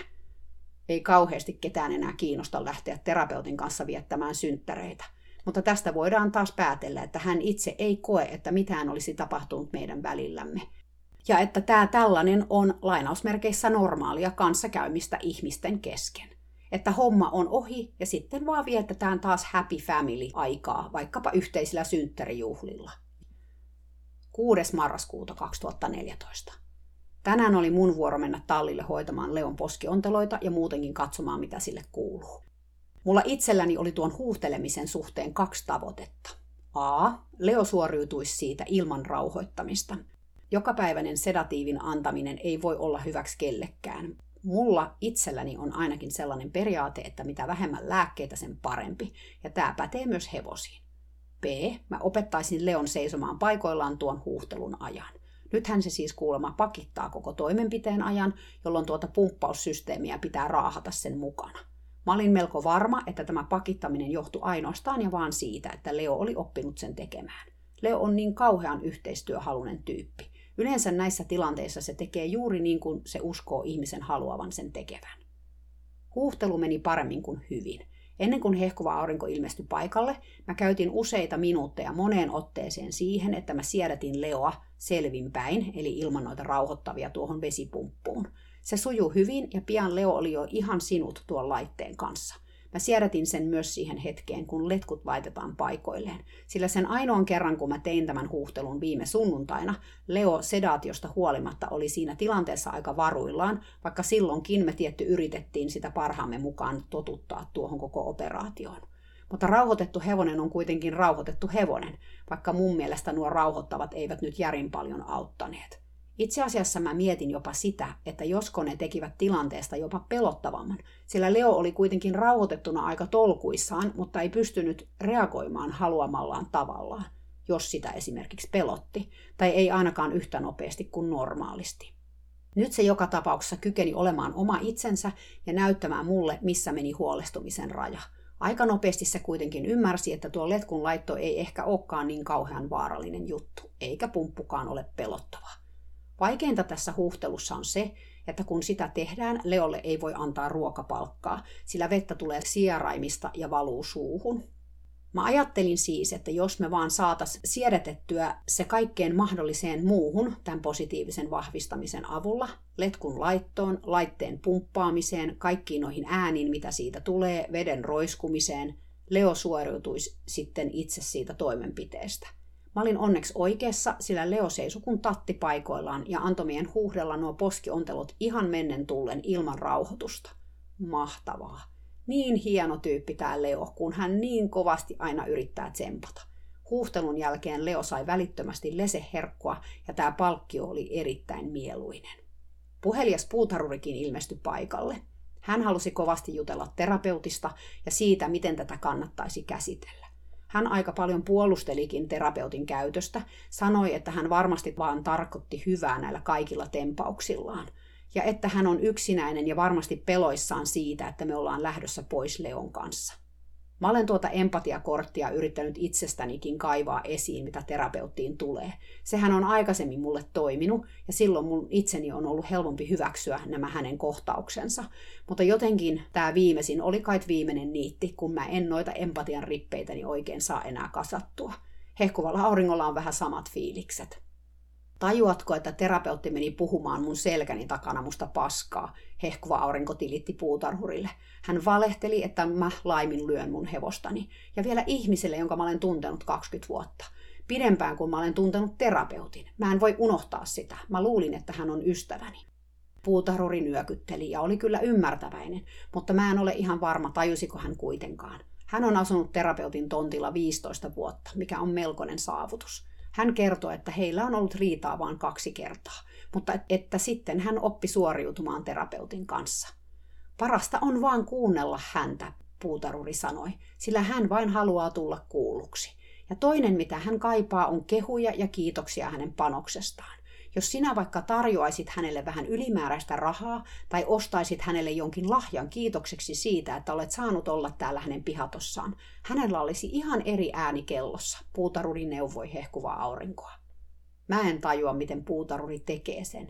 Ei kauheasti ketään enää kiinnosta lähteä terapeutin kanssa viettämään synttäreitä. Mutta tästä voidaan taas päätellä, että hän itse ei koe, että mitään olisi tapahtunut meidän välillämme. Ja että tämä tällainen on lainausmerkeissä normaalia kanssakäymistä ihmisten kesken. Että homma on ohi ja sitten vaan vietetään taas happy family-aikaa, vaikkapa yhteisillä synttärijuhlilla. kuudes marraskuuta kaksituhattaneljätoista. Tänään oli mun vuoro mennä tallille hoitamaan Leon poskionteloita ja muutenkin katsomaan, mitä sille kuuluu. Mulla itselläni oli tuon huuhtelemisen suhteen kaksi tavoitetta. A. Leo suoriutuisi siitä ilman rauhoittamista. Jokapäiväinen sedatiivin antaminen ei voi olla hyväksi kellekään. Mulla itselläni on ainakin sellainen periaate, että mitä vähemmän lääkkeitä, sen parempi. Ja tämä pätee myös hevosiin. B. Mä opettaisin Leon seisomaan paikoillaan tuon huuhtelun ajan. Nythän se siis kuulemma pakittaa koko toimenpiteen ajan, jolloin tuota pumppaussysteemiä pitää raahata sen mukana. Mä olin melko varma, että tämä pakittaminen johtui ainoastaan ja vaan siitä, että Leo oli oppinut sen tekemään. Leo on niin kauhean yhteistyöhalunen tyyppi. Yleensä näissä tilanteissa se tekee juuri niin kuin se uskoo ihmisen haluavan sen tekevän. Huuhtelu meni paremmin kuin hyvin. Ennen kuin hehkuva aurinko ilmestyi paikalle, mä käytin useita minuutteja moneen otteeseen siihen, että mä siedätin Leoa selvinpäin, eli ilman noita rauhoittavia tuohon vesipumppuun. Se sujui hyvin ja pian Leo oli jo ihan sinut tuon laitteen kanssa. Mä siedätin sen myös siihen hetkeen, kun letkut laitetaan paikoilleen, sillä sen ainoan kerran, kun mä tein tämän huuhtelun viime sunnuntaina, Leo sedaatiosta huolimatta oli siinä tilanteessa aika varuillaan, vaikka silloinkin me tietty yritettiin sitä parhaamme mukaan totuttaa tuohon koko operaatioon. Mutta rauhoitettu hevonen on kuitenkin rauhoitettu hevonen, vaikka mun mielestä nuo rauhoittavat eivät nyt järin paljon auttaneet. Itse asiassa mä mietin jopa sitä, että josko ne tekivät tilanteesta jopa pelottavamman, sillä Leo oli kuitenkin rauhoitettuna aika tolkuissaan, mutta ei pystynyt reagoimaan haluamallaan tavallaan, jos sitä esimerkiksi pelotti, tai ei ainakaan yhtä nopeasti kuin normaalisti. Nyt se joka tapauksessa kykeni olemaan oma itsensä ja näyttämään mulle, missä meni huolestumisen raja. Aika nopeasti se kuitenkin ymmärsi, että tuo letkun laitto ei ehkä olekaan niin kauhean vaarallinen juttu, eikä pumppukaan ole pelottava. Vaikeinta tässä huuhtelussa on se, että kun sitä tehdään, Leolle ei voi antaa ruokapalkkaa, sillä vettä tulee sieraimista ja valuu suuhun. Mä ajattelin siis, että jos me vaan saatais siedätettyä se kaikkeen mahdolliseen muuhun tämän positiivisen vahvistamisen avulla, letkun laittoon, laitteen pumppaamiseen, kaikkiin noihin ääniin, mitä siitä tulee, veden roiskumiseen, Leo suoriutuisi sitten itse siitä toimenpiteestä. Mä olin onneksi oikeassa, sillä Leo seisoi kun tatti paikoillaan ja antoi meidän huuhdella nuo poskiontelot ihan mennen tullen ilman rauhoitusta. Mahtavaa. Niin hieno tyyppi tää Leo, kun hän niin kovasti aina yrittää tsempata. Huuhtelun jälkeen Leo sai välittömästi leseherkkua ja tää palkkio oli erittäin mieluinen. Puhelias puutarhurikin ilmestyi paikalle. Hän halusi kovasti jutella terapeutista ja siitä, miten tätä kannattaisi käsitellä. Hän aika paljon puolustelikin terapeutin käytöstä, sanoi, että hän varmasti vaan tarkoitti hyvää näillä kaikilla tempauksillaan, ja että hän on yksinäinen ja varmasti peloissaan siitä, että me ollaan lähdössä pois Leon kanssa. Mä olen tuota empatiakorttia yrittänyt itsestänikin kaivaa esiin, mitä terapeuttiin tulee. Sehän on aikaisemmin mulle toiminut, ja silloin mun itseni on ollut helpompi hyväksyä nämä hänen kohtauksensa. Mutta jotenkin tämä viimeisin oli kait viimeinen niitti, kun mä en noita empatian rippeitäni oikein saa enää kasattua. Hehkuvalla auringolla on vähän samat fiilikset. Tajuatko, että terapeutti meni puhumaan mun selkäni takana musta paskaa? Hehkuva aurinko tilitti puutarhurille. Hän valehteli, että mä laiminlyön mun hevostani. Ja vielä ihmiselle, jonka mä olen tuntenut kaksikymmentä vuotta. Pidempään kuin mä olen tuntenut terapeutin. Mä en voi unohtaa sitä. Mä luulin, että hän on ystäväni. Puutarhuri nyökytteli ja oli kyllä ymmärtäväinen, mutta mä en ole ihan varma, tajusiko hän kuitenkaan. Hän on asunut terapeutin tontilla viisitoista vuotta, mikä on melkoinen saavutus. Hän kertoi, että heillä on ollut riitaa vain kaksi kertaa, mutta että sitten hän oppi suoriutumaan terapeutin kanssa. Parasta on vaan kuunnella häntä, puutarhuri sanoi, sillä hän vain haluaa tulla kuulluksi. Ja toinen, mitä hän kaipaa, on kehuja ja kiitoksia hänen panoksestaan. Jos sinä vaikka tarjoaisit hänelle vähän ylimääräistä rahaa tai ostaisit hänelle jonkin lahjan kiitokseksi siitä, että olet saanut olla täällä hänen pihatossaan, hänellä olisi ihan eri ääni kellossa, puutarhuri neuvoi hehkuvaa aurinkoa. Mä en tajua, miten puutarhuri tekee sen.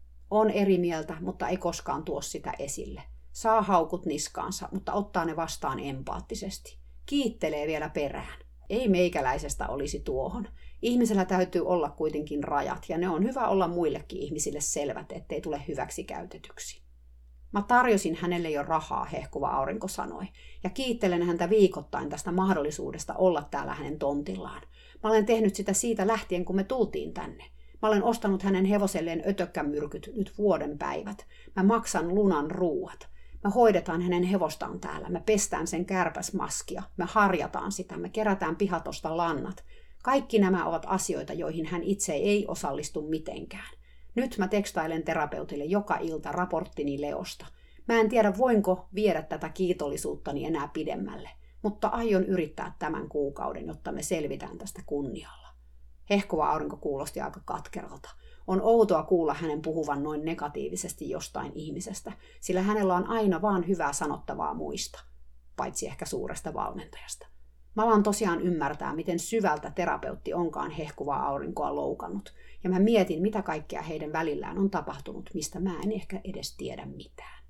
On eri mieltä, mutta ei koskaan tuo sitä esille. Saa haukut niskaansa, mutta ottaa ne vastaan empaattisesti. Kiittelee vielä perään. Ei meikäläisestä olisi tuohon. Ihmisellä täytyy olla kuitenkin rajat, ja ne on hyvä olla muillekin ihmisille selvät, ettei tule hyväksi käytetyksi. Mä tarjosin hänelle jo rahaa, hehkuva aurinko sanoi, ja kiittelen häntä viikoittain tästä mahdollisuudesta olla täällä hänen tontillaan. Mä olen tehnyt sitä siitä lähtien, kun me tultiin tänne. Mä olen ostanut hänen hevoselleen ötökkämyrkyt nyt vuoden päivät. Mä maksan Lunan ruuat. Me hoidetaan hänen hevostaan täällä. Me pestään sen kärpäsmaskia. Me harjataan sitä. Me kerätään pihatosta lannat. Kaikki nämä ovat asioita, joihin hän itse ei osallistu mitenkään. Nyt mä tekstailen terapeutille joka ilta raporttini Leosta. Mä en tiedä, voinko viedä tätä kiitollisuuttani enää pidemmälle, mutta aion yrittää tämän kuukauden, jotta me selvitään tästä kunnialla. Hehkuva aurinko kuulosti aika katkeralta. On outoa kuulla hänen puhuvan noin negatiivisesti jostain ihmisestä, sillä hänellä on aina vaan hyvää sanottavaa muista, paitsi ehkä suuresta valmentajasta. Mä alan tosiaan ymmärtää, miten syvältä terapeutti onkaan hehkuvaa aurinkoa loukannut, ja mä mietin, mitä kaikkea heidän välillään on tapahtunut, mistä mä en ehkä edes tiedä mitään.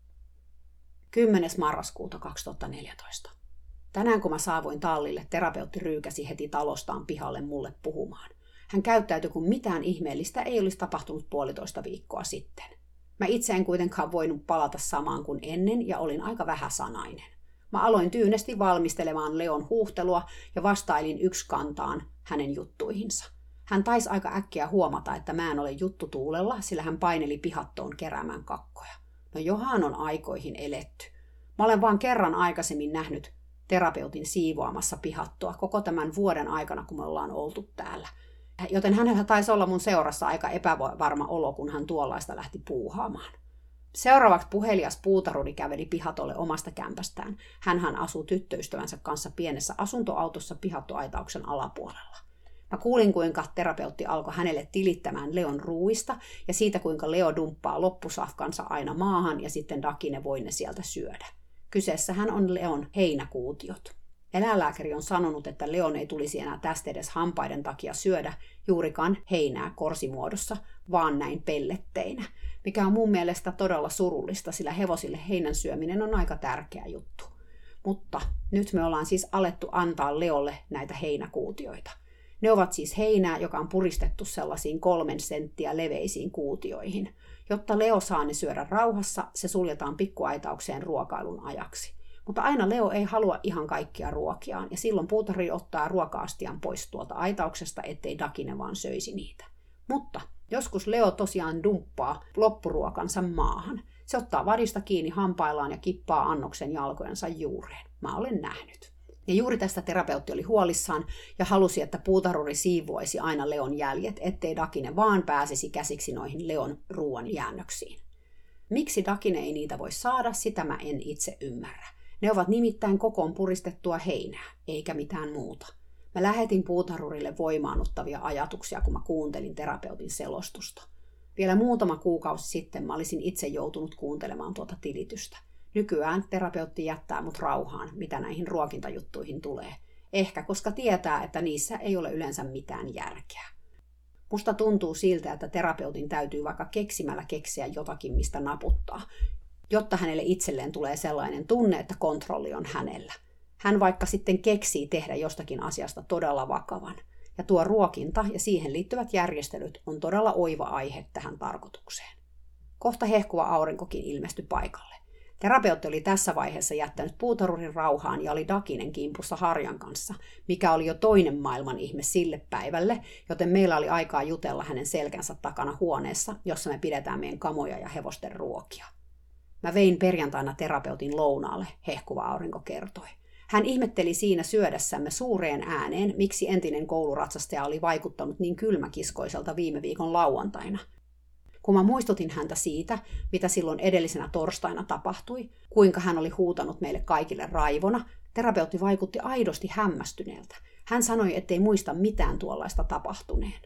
kymmenes marraskuuta kaksituhattaneljätoista. Tänään kun mä saavuin tallille, terapeutti ryykäsi heti talostaan pihalle mulle puhumaan. Hän käyttäytyi, kun mitään ihmeellistä ei olisi tapahtunut puolitoista viikkoa sitten. Mä itse en kuitenkaan voinut palata samaan kuin ennen ja olin aika vähäsanainen. Mä aloin tyynesti valmistelemaan Leon huuhtelua ja vastailin yksikantaan hänen juttuihinsa. Hän taisi aika äkkiä huomata, että mä en ole juttutuulella, sillä hän paineli pihattoon keräämään kakkoja. No johan on aikoihin eletty. Mä olen vaan kerran aikaisemmin nähnyt terapeutin siivoamassa pihattoa koko tämän vuoden aikana, kun me ollaan oltu täällä. Joten hänellä taisi olla mun seurassa aika epävarma olo, kun hän tuollaista lähti puuhaamaan. Seuraavaksi puhelias puutarhuri käveli pihatolle omasta kämpästään. Hänhän asuu tyttöystävänsä kanssa pienessä asuntoautossa pihattoaitauksen alapuolella. Mä kuulin, kuinka terapeutti alkoi hänelle tilittämään Leon ruuista ja siitä, kuinka Leo dumppaa loppusafkansa aina maahan ja sitten Dakine voi ne sieltä syödä. Kyseessähän on Leon heinäkuutiot. Eläinlääkäri on sanonut, että Leon ei tulisi enää tästä edes hampaiden takia syödä juurikaan heinää korsimuodossa, vaan näin pelletteinä, mikä on mun mielestä todella surullista, sillä hevosille heinän syöminen on aika tärkeä juttu. Mutta nyt me ollaan siis alettu antaa Leolle näitä heinäkuutioita. Ne ovat siis heinää, joka on puristettu sellaisiin kolmen senttiä leveisiin kuutioihin. Jotta Leo saa ne syödä rauhassa, se suljetaan pikkuaitaukseen ruokailun ajaksi. Mutta aina Leo ei halua ihan kaikkia ruokiaan, ja silloin puutarhuri ottaa ruoka-astian pois tuolta aitauksesta, ettei Dakine vaan söisi niitä. Mutta joskus Leo tosiaan dumppaa loppuruokansa maahan. Se ottaa vadista kiinni hampaillaan ja kippaa annoksen jalkojensa juureen. Mä olen nähnyt. Ja juuri tästä terapeutti oli huolissaan ja halusi, että puutarhuri siivoisi aina Leon jäljet, ettei Dakine vaan pääsisi käsiksi noihin Leon ruoan jäännöksiin. Miksi Dakine ei niitä voi saada, sitä mä en itse ymmärrä. Ne ovat nimittäin kokoon puristettua heinää, eikä mitään muuta. Mä lähetin puutarhurille voimaannuttavia ajatuksia, kun mä kuuntelin terapeutin selostusta. Vielä muutama kuukausi sitten mä olisin itse joutunut kuuntelemaan tuota tilitystä. Nykyään terapeutti jättää mut rauhaan, mitä näihin ruokintajuttuihin tulee. Ehkä koska tietää, että niissä ei ole yleensä mitään järkeä. Musta tuntuu siltä, että terapeutin täytyy vaikka keksimällä keksiä jotakin, mistä naputtaa, jotta hänelle itselleen tulee sellainen tunne, että kontrolli on hänellä. Hän vaikka sitten keksii tehdä jostakin asiasta todella vakavan. Ja tuo ruokinta ja siihen liittyvät järjestelyt on todella oiva aihe tähän tarkoitukseen. Kohta hehkuva aurinkokin ilmestyi paikalle. Terapeutti oli tässä vaiheessa jättänyt puutarhurin rauhaan ja oli Dakinen kimpussa Harjan kanssa, mikä oli jo toinen maailman ihme sille päivälle, joten meillä oli aikaa jutella hänen selkänsä takana huoneessa, jossa me pidetään meidän kamoja ja hevosten ruokia. Mä vein perjantaina terapeutin lounaalle, hehkuva aurinko kertoi. Hän ihmetteli siinä syödessämme suureen ääneen, miksi entinen kouluratsastaja oli vaikuttanut niin kylmäkiskoiselta viime viikon lauantaina. Kun mä muistutin häntä siitä, mitä silloin edellisenä torstaina tapahtui, kuinka hän oli huutanut meille kaikille raivona, terapeutti vaikutti aidosti hämmästyneeltä. Hän sanoi, ettei muista mitään tuollaista tapahtuneen.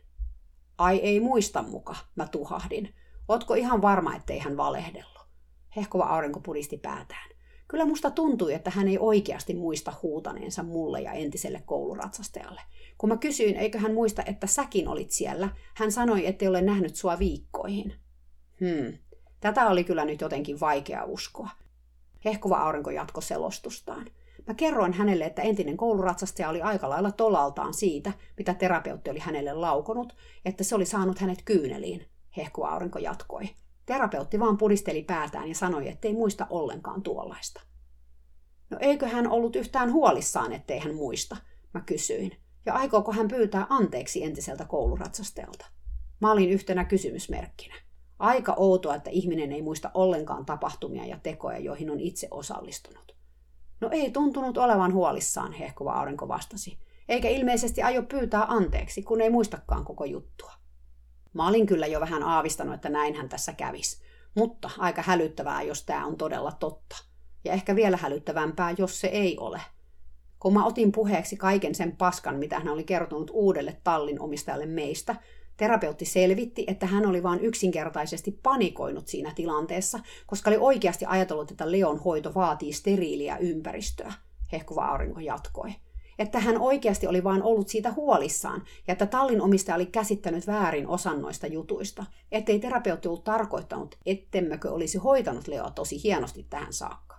Ai ei muista muka, mä tuhahdin. Ootko ihan varma, ettei hän valehdellut? Hehkuva aurinko puristi päätään. Kyllä musta tuntui, että hän ei oikeasti muista huutaneensa mulle ja entiselle kouluratsastajalle. Kun mä kysyin, eikö hän muista, että säkin olit siellä, hän sanoi, ettei ole nähnyt sua viikkoihin. Hmm, tätä oli kyllä nyt jotenkin vaikea uskoa. Hehkuva aurinko jatkoi selostustaan. Mä kerroin hänelle, että entinen kouluratsastaja oli aika lailla tolaltaan siitä, mitä terapeutti oli hänelle laukonut, että se oli saanut hänet kyyneliin. Hehkuva aurinko jatkoi. Terapeutti vaan pudisteli päätään ja sanoi, ettei muista ollenkaan tuollaista. No eikö hän ollut yhtään huolissaan, ettei hän muista, mä kysyin. Ja aikooko hän pyytää anteeksi entiseltä kouluratsastajalta? Mä olin yhtenä kysymysmerkkinä. Aika outoa, että ihminen ei muista ollenkaan tapahtumia ja tekoja, joihin on itse osallistunut. No ei tuntunut olevan huolissaan, hehkuva aurinko vastasi. Eikä ilmeisesti aio pyytää anteeksi, kun ei muistakaan koko juttua. Mä olin kyllä jo vähän aavistanut, että näinhän tässä kävisi. Mutta aika hälyttävää, jos tämä on todella totta. Ja ehkä vielä hälyttävämpää, jos se ei ole. Kun mä otin puheeksi kaiken sen paskan, mitä hän oli kertonut uudelle tallin omistajalle meistä, terapeutti selvitti, että hän oli vain yksinkertaisesti panikoinut siinä tilanteessa, koska oli oikeasti ajatellut, että Leon hoito vaatii steriiliä ympäristöä, hehkuva aurinko jatkoi. Että hän oikeasti oli vain ollut siitä huolissaan, ja että tallin omistaja oli käsittänyt väärin osan noista jutuista, ettei terapeutti ollut tarkoittanut, ettemmekö olisi hoitanut Leoa tosi hienosti tähän saakka.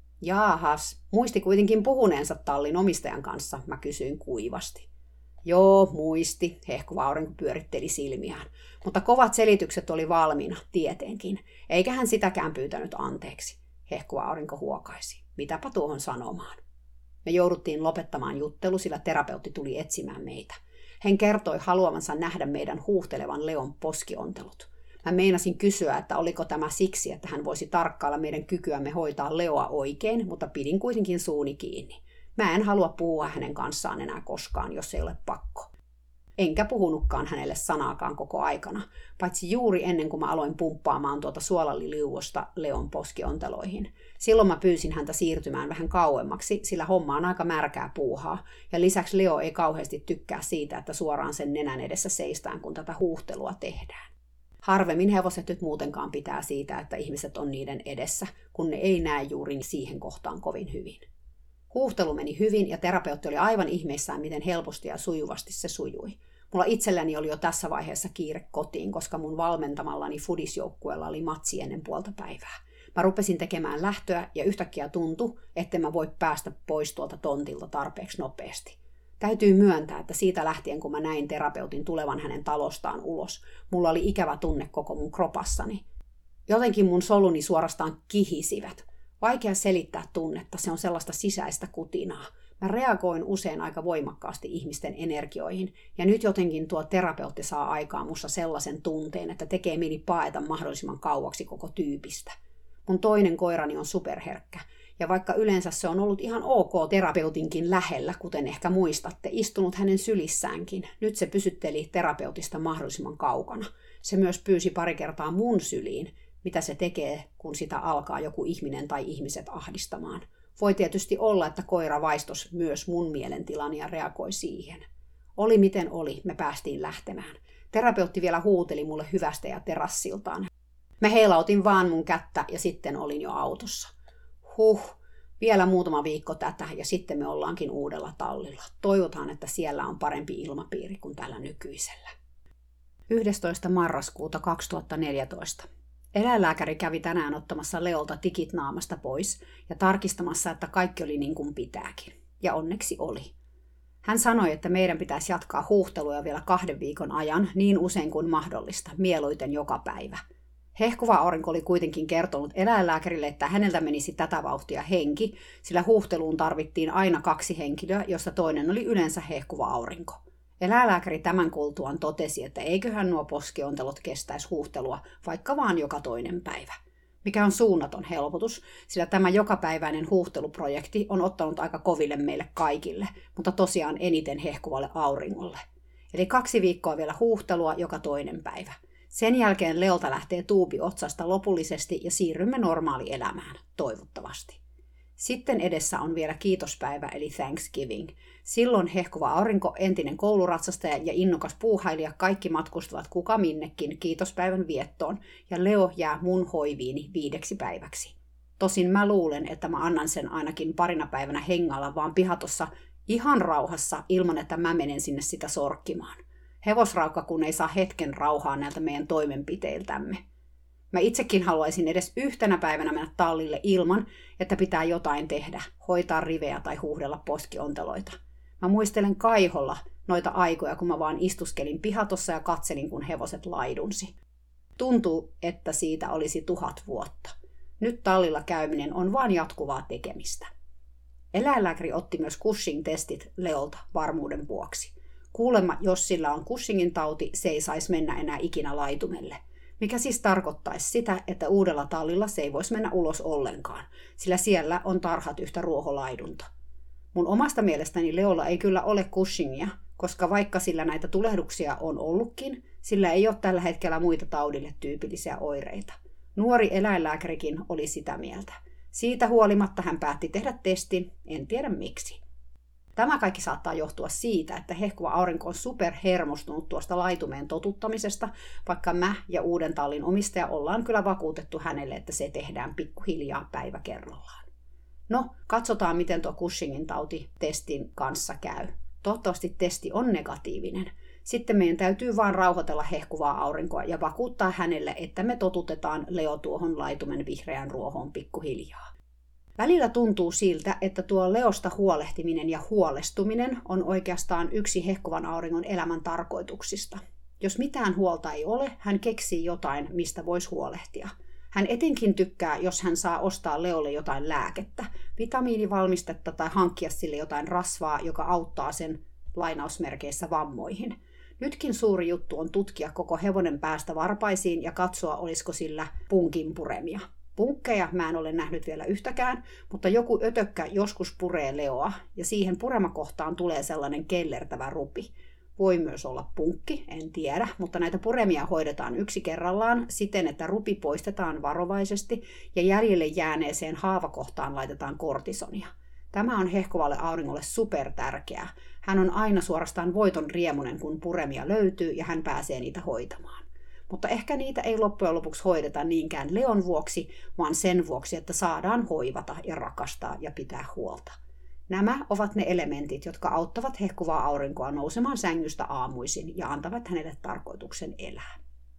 Jaahas, muisti kuitenkin puhuneensa tallin omistajan kanssa, mä kysyin kuivasti. Joo, muisti, hehkuva aurinko pyöritteli silmiään, mutta kovat selitykset oli valmiina, tietenkin, eikä hän sitäkään pyytänyt anteeksi, hehkuva aurinko huokaisi. Mitäpä tuohon sanomaan? Me jouduttiin lopettamaan juttelu, sillä terapeutti tuli etsimään meitä. Hän kertoi haluavansa nähdä meidän huuhtelevan Leon poskiontelut. Mä meinasin kysyä, että oliko tämä siksi, että hän voisi tarkkailla meidän kykyämme hoitaa Leoa oikein, mutta pidin kuitenkin suuni kiinni. Mä en halua puhua hänen kanssaan enää koskaan, jos ei ole pakko. Enkä puhunutkaan hänelle sanaakaan koko aikana, paitsi juuri ennen kuin mä aloin pumppaamaan tuota suolaliliuosta Leon poskionteloihin. Silloin mä pyysin häntä siirtymään vähän kauemmaksi, sillä homma on aika märkää puuhaa, ja lisäksi Leo ei kauheasti tykkää siitä, että suoraan sen nenän edessä seistään, kun tätä huuhtelua tehdään. Harvemmin hevoset nyt muutenkaan pitää siitä, että ihmiset on niiden edessä, kun ne ei näe juuri siihen kohtaan kovin hyvin. Huuhtelu meni hyvin ja terapeutti oli aivan ihmeissään, miten helposti ja sujuvasti se sujui. Mulla itselläni oli jo tässä vaiheessa kiire kotiin, koska mun valmentamallani fudisjoukkueella oli matsi ennen puolta päivää. Mä rupesin tekemään lähtöä ja yhtäkkiä tuntui, etten mä voi päästä pois tuolta tontilta tarpeeksi nopeasti. Täytyy myöntää, että siitä lähtien kun mä näin terapeutin tulevan hänen talostaan ulos, mulla oli ikävä tunne koko mun kropassani. Jotenkin mun soluni suorastaan kihisivät. Vaikea selittää tunnetta, se on sellaista sisäistä kutinaa. Mä reagoin usein aika voimakkaasti ihmisten energioihin, ja nyt jotenkin tuo terapeutti saa aikaan mussa sellaisen tunteen, että tekee mieli paeta mahdollisimman kauaksi koko tyypistä. Mun toinen koirani on superherkkä, ja vaikka yleensä se on ollut ihan ok terapeutinkin lähellä, kuten ehkä muistatte, istunut hänen sylissäänkin, nyt se pysytteli terapeutista mahdollisimman kaukana. Se myös pyysi pari kertaa mun syliin, mitä se tekee, kun sitä alkaa joku ihminen tai ihmiset ahdistamaan. Voi tietysti olla, että koira vaistos myös mun mielentilani ja reagoi siihen. Oli miten oli, me päästiin lähtemään. Terapeutti vielä huuteli mulle hyvästä ja terassiltaan. Mä heilautin vaan mun kättä ja sitten olin jo autossa. Huh, vielä muutama viikko tätä ja sitten me ollaankin uudella tallilla. Toivotaan, että siellä on parempi ilmapiiri kuin tällä nykyisellä. yhdestoista marraskuuta kaksituhattaneljätoista. Eläinlääkäri kävi tänään ottamassa Leolta tikit naamasta pois ja tarkistamassa, että kaikki oli niin kuin pitääkin. Ja onneksi oli. Hän sanoi, että meidän pitäisi jatkaa huuhteluja vielä kahden viikon ajan niin usein kuin mahdollista, mieluiten joka päivä. Hehkuva aurinko oli kuitenkin kertonut eläinlääkärille, että häneltä menisi tätä vauhtia henki, sillä huuhteluun tarvittiin aina kaksi henkilöä, josta toinen oli yleensä hehkuva aurinko. Eläinlääkäri tämän kuultuaan totesi, että eiköhän nuo poskiontelot kestäisi huuhtelua vaikka vaan joka toinen päivä. Mikä on suunnaton helpotus, sillä tämä jokapäiväinen huuhteluprojekti on ottanut aika koville meille kaikille, mutta tosiaan eniten hehkuvalle auringolle. Eli kaksi viikkoa vielä huuhtelua joka toinen päivä. Sen jälkeen Leolta lähtee tuubi otsasta lopullisesti ja siirrymme normaalielämään, toivottavasti. Sitten edessä on vielä kiitospäivä eli Thanksgiving. Silloin hehkuva aurinko, entinen kouluratsastaja ja innokas puuhailija kaikki matkustavat kuka minnekin kiitospäivän viettoon ja Leo jää mun hoiviini viideksi päiväksi. Tosin mä luulen, että mä annan sen ainakin parina päivänä hengalla vaan pihatossa ihan rauhassa ilman, että mä menen sinne sitä sorkkimaan. Hevosraukka kun ei saa hetken rauhaa näiltä meidän toimenpiteiltämme. Mä itsekin haluaisin edes yhtenä päivänä mennä tallille ilman, että pitää jotain tehdä, hoitaa rivejä tai huuhdella poskionteloita. Mä muistelen kaiholla noita aikoja, kun mä vaan istuskelin pihatossa ja katselin, kun hevoset laidunsi. Tuntuu, että siitä olisi tuhat vuotta. Nyt tallilla käyminen on vaan jatkuvaa tekemistä. Eläinlääkäri otti myös Cushing-testit Leolta varmuuden vuoksi. Kuulemma, jos sillä on Cushingin tauti, se ei saisi mennä enää ikinä laitumelle. Mikä siis tarkoittaisi sitä, että uudella tallilla se ei voisi mennä ulos ollenkaan, sillä siellä on tarhat yhtä ruoholaidunta. Mun omasta mielestäni Leolla ei kyllä ole Cushingia, koska vaikka sillä näitä tulehduksia on ollutkin, sillä ei ole tällä hetkellä muita taudille tyypillisiä oireita. Nuori eläinlääkärikin oli sitä mieltä. Siitä huolimatta hän päätti tehdä testin, en tiedä miksi. Tämä kaikki saattaa johtua siitä, että hehkuva aurinko on superhermostunut tuosta laitumeen totuttamisesta, vaikka mä ja uuden tallin omistaja ollaan kyllä vakuutettu hänelle, että se tehdään pikkuhiljaa päivä kerrallaan. No, katsotaan miten tuo Cushingin tauti testin kanssa käy. Toivottavasti testi on negatiivinen. Sitten meidän täytyy vaan rauhoitella hehkuvaa aurinkoa ja vakuuttaa hänelle, että me totutetaan Leo tuohon laitumen vihreään ruohoon pikkuhiljaa. Välillä tuntuu siltä, että tuo Leosta huolehtiminen ja huolestuminen on oikeastaan yksi hehkuvan auringon elämän tarkoituksista. Jos mitään huolta ei ole, hän keksii jotain, mistä voisi huolehtia. Hän etenkin tykkää, jos hän saa ostaa Leolle jotain lääkettä, vitamiinivalmistetta tai hankkia sille jotain rasvaa, joka auttaa sen lainausmerkeissä vammoihin. Nytkin suuri juttu on tutkia koko hevonen päästä varpaisiin ja katsoa, olisiko sillä punkin puremia. Punkkeja mä en ole nähnyt vielä yhtäkään, mutta joku ötökkä joskus puree Leoa ja siihen puremakohtaan tulee sellainen kellertävä rupi. Voi myös olla punkki, en tiedä, mutta näitä puremia hoidetaan yksi kerrallaan siten, että rupi poistetaan varovaisesti ja jäljelle jääneeseen haavakohtaan laitetaan kortisonia. Tämä on hehkuvalle auringolle super tärkeää. Hän on aina suorastaan voiton riemunen, kun puremia löytyy ja hän pääsee niitä hoitamaan. Mutta ehkä niitä ei loppujen lopuksi hoideta niinkään Leon vuoksi, vaan sen vuoksi, että saadaan hoivata ja rakastaa ja pitää huolta. Nämä ovat ne elementit, jotka auttavat hehkuvaa aurinkoa nousemaan sängystä aamuisin ja antavat hänelle tarkoituksen elää.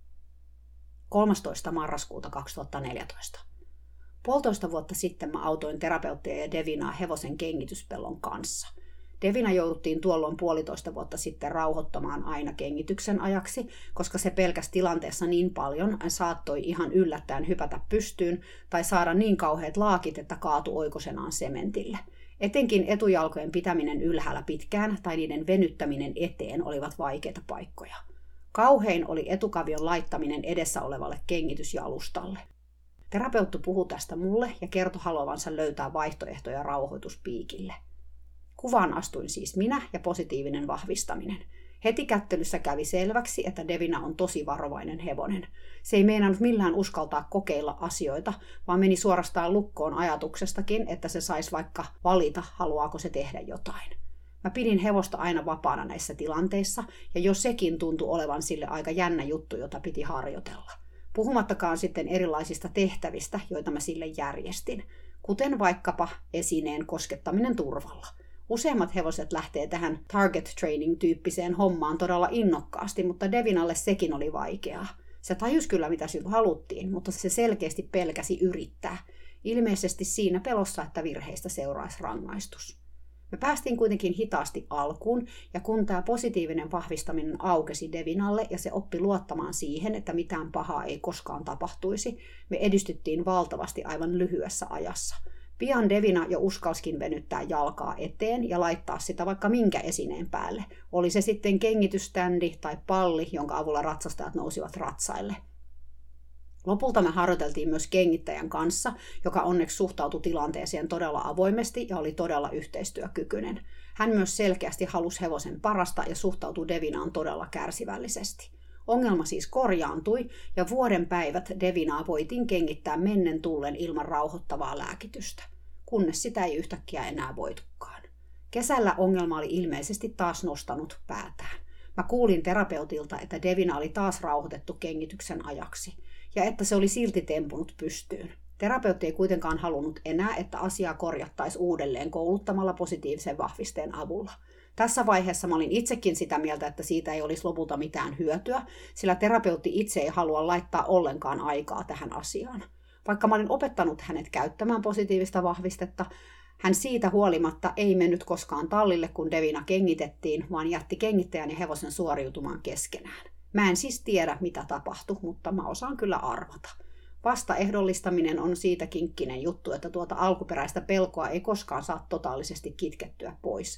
kolmastoista marraskuuta kaksituhattaneljätoista. Puolitoista vuotta sitten mä autoin terapeuttia ja Devinaa hevosen kengityspellon kanssa. Devina jouduttiin tuolloin puolitoista vuotta sitten rauhoittamaan aina kengityksen ajaksi, koska se pelkäsi tilanteessa niin paljon, hän saattoi ihan yllättäen hypätä pystyyn tai saada niin kauheat laakit, että kaatui oikosenaan sementille. Etenkin etujalkojen pitäminen ylhäällä pitkään tai niiden venyttäminen eteen olivat vaikeita paikkoja. Kauhein oli etukavion laittaminen edessä olevalle kengitysjalustalle. Terapeuttu puhui tästä mulle ja kertoi haluavansa löytää vaihtoehtoja rauhoituspiikille. Kuvaan astuin siis minä ja positiivinen vahvistaminen. Heti kättelyssä kävi selväksi, että Devina on tosi varovainen hevonen. Se ei meinannut millään uskaltaa kokeilla asioita, vaan meni suorastaan lukkoon ajatuksestakin, että se saisi vaikka valita, haluaako se tehdä jotain. Mä pidin hevosta aina vapaana näissä tilanteissa, ja jo sekin tuntui olevan sille aika jännä juttu, jota piti harjoitella. Puhumattakaan sitten erilaisista tehtävistä, joita mä sille järjestin, kuten vaikkapa esineen koskettaminen turvalla. Useimmat hevoset lähtee tähän target training-tyyppiseen hommaan todella innokkaasti, mutta Devinalle sekin oli vaikeaa. Se tajusi kyllä, mitä siltä haluttiin, mutta se selkeästi pelkäsi yrittää. Ilmeisesti siinä pelossa, että virheistä seuraisi rangaistus. Me päästiin kuitenkin hitaasti alkuun, ja kun tämä positiivinen vahvistaminen aukesi Devinalle ja se oppi luottamaan siihen, että mitään pahaa ei koskaan tapahtuisi, me edistyttiin valtavasti aivan lyhyessä ajassa. Pian Devina jo uskalskin venyttää jalkaa eteen ja laittaa sitä vaikka minkä esineen päälle. Oli se sitten kengityständi tai palli, jonka avulla ratsastajat nousivat ratsaille. Lopulta me harjoiteltiin myös kengittäjän kanssa, joka onneksi suhtautui tilanteeseen todella avoimesti ja oli todella yhteistyökykyinen. Hän myös selkeästi halusi hevosen parasta ja suhtautui Devinaan todella kärsivällisesti. Ongelma siis korjaantui ja vuoden päivät Devinaa voitiin kengittää mennen tullen ilman rauhoittavaa lääkitystä, kunnes sitä ei yhtäkkiä enää voitukaan. Kesällä ongelma oli ilmeisesti taas nostanut päätään. Mä kuulin terapeutilta, että Devina oli taas rauhoitettu kengityksen ajaksi ja että se oli silti tempunut pystyyn. Terapeutti ei kuitenkaan halunnut enää, että asiaa korjattaisiin uudelleen kouluttamalla positiivisen vahvisteen avulla. Tässä vaiheessa mä olin itsekin sitä mieltä, että siitä ei olisi lopulta mitään hyötyä, sillä terapeutti itse ei halua laittaa ollenkaan aikaa tähän asiaan. Vaikka mä olin opettanut hänet käyttämään positiivista vahvistetta, hän siitä huolimatta ei mennyt koskaan tallille, kun Devina kengitettiin, vaan jätti kengittäjän ja hevosen suoriutumaan keskenään. Mä en siis tiedä, mitä tapahtui, mutta mä osaan kyllä arvata. Vastaehdollistaminen on siitä kinkkinen juttu, että tuota alkuperäistä pelkoa ei koskaan saa totaalisesti kitkettyä pois.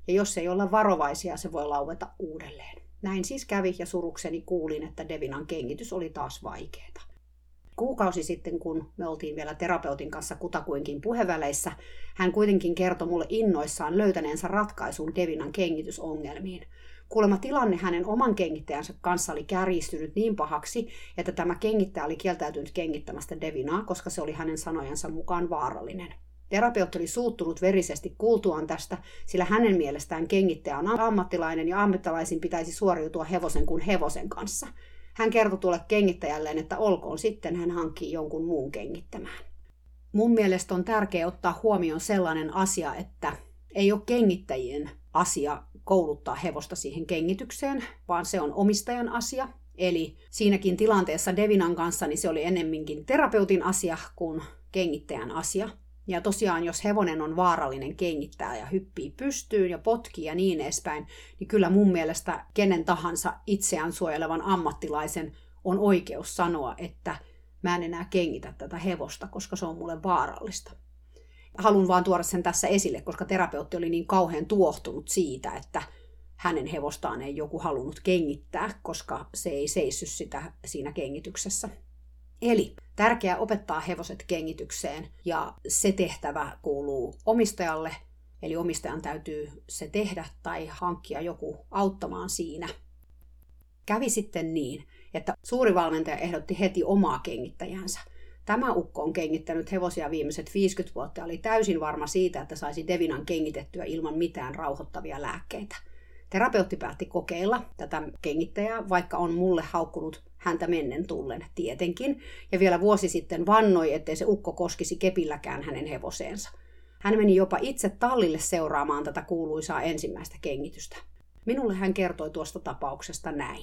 ja jos ei olla varovaisia, se voi laueta uudelleen. Näin siis kävi ja surukseni kuulin, että Devinan kengitys oli taas vaikeaa. Kuukausi sitten, kun me oltiin vielä terapeutin kanssa kutakuinkin puheväleissä, hän kuitenkin kertoi mulle innoissaan löytäneensä ratkaisun Devinan kengitysongelmiin. Kuulemma tilanne hänen oman kengittäjänsä kanssa oli kärjistynyt niin pahaksi, että tämä kengittäjä oli kieltäytynyt kengittämästä Devinaa, koska se oli hänen sanojensa mukaan vaarallinen. Terapeutti oli suuttunut verisesti kuultuaan tästä, sillä hänen mielestään kengittäjä on ammattilainen ja ammattilaisin pitäisi suoriutua hevosen kuin hevosen kanssa. Hän kertoi tuolle kengittäjälleen, että olkoon sitten, hän hankkii jonkun muun kengittämään. Mun mielestä on tärkeää ottaa huomioon sellainen asia, että ei ole kengittäjien asia kouluttaa hevosta siihen kengitykseen, vaan se on omistajan asia. Eli siinäkin tilanteessa Devinan kanssa niin se oli ennemminkin terapeutin asia kuin kengittäjän asia. Ja tosiaan, jos hevonen on vaarallinen kengittää ja hyppii pystyyn ja potkii ja niin edespäin, niin kyllä mun mielestä kenen tahansa itseään suojelevan ammattilaisen on oikeus sanoa, että mä en enää kengitä tätä hevosta, koska se on mulle vaarallista. Haluan vaan tuoda sen tässä esille, koska terapeutti oli niin kauhean tuohtunut siitä, että hänen hevostaan ei joku halunnut kengittää, koska se ei seissyt sitä siinä kengityksessä. Eli tärkeää opettaa hevoset kengitykseen ja se tehtävä kuuluu omistajalle, eli omistajan täytyy se tehdä tai hankkia joku auttamaan siinä. Kävi sitten niin, että suuri valmentaja ehdotti heti omaa kengittäjäänsä. Tämä ukko on kengittänyt hevosia viimeiset viisikymmentä vuotta ja oli täysin varma siitä, että saisi Devinan kengitettyä ilman mitään rauhoittavia lääkkeitä. Terapeutti päätti kokeilla tätä kengittäjää, vaikka on mulle haukkunut häntä mennen tullen tietenkin, ja vielä vuosi sitten vannoi, ettei se ukko koskisi kepilläkään hänen hevoseensa. Hän meni jopa itse tallille seuraamaan tätä kuuluisaa ensimmäistä kengitystä. Minulle hän kertoi tuosta tapauksesta näin.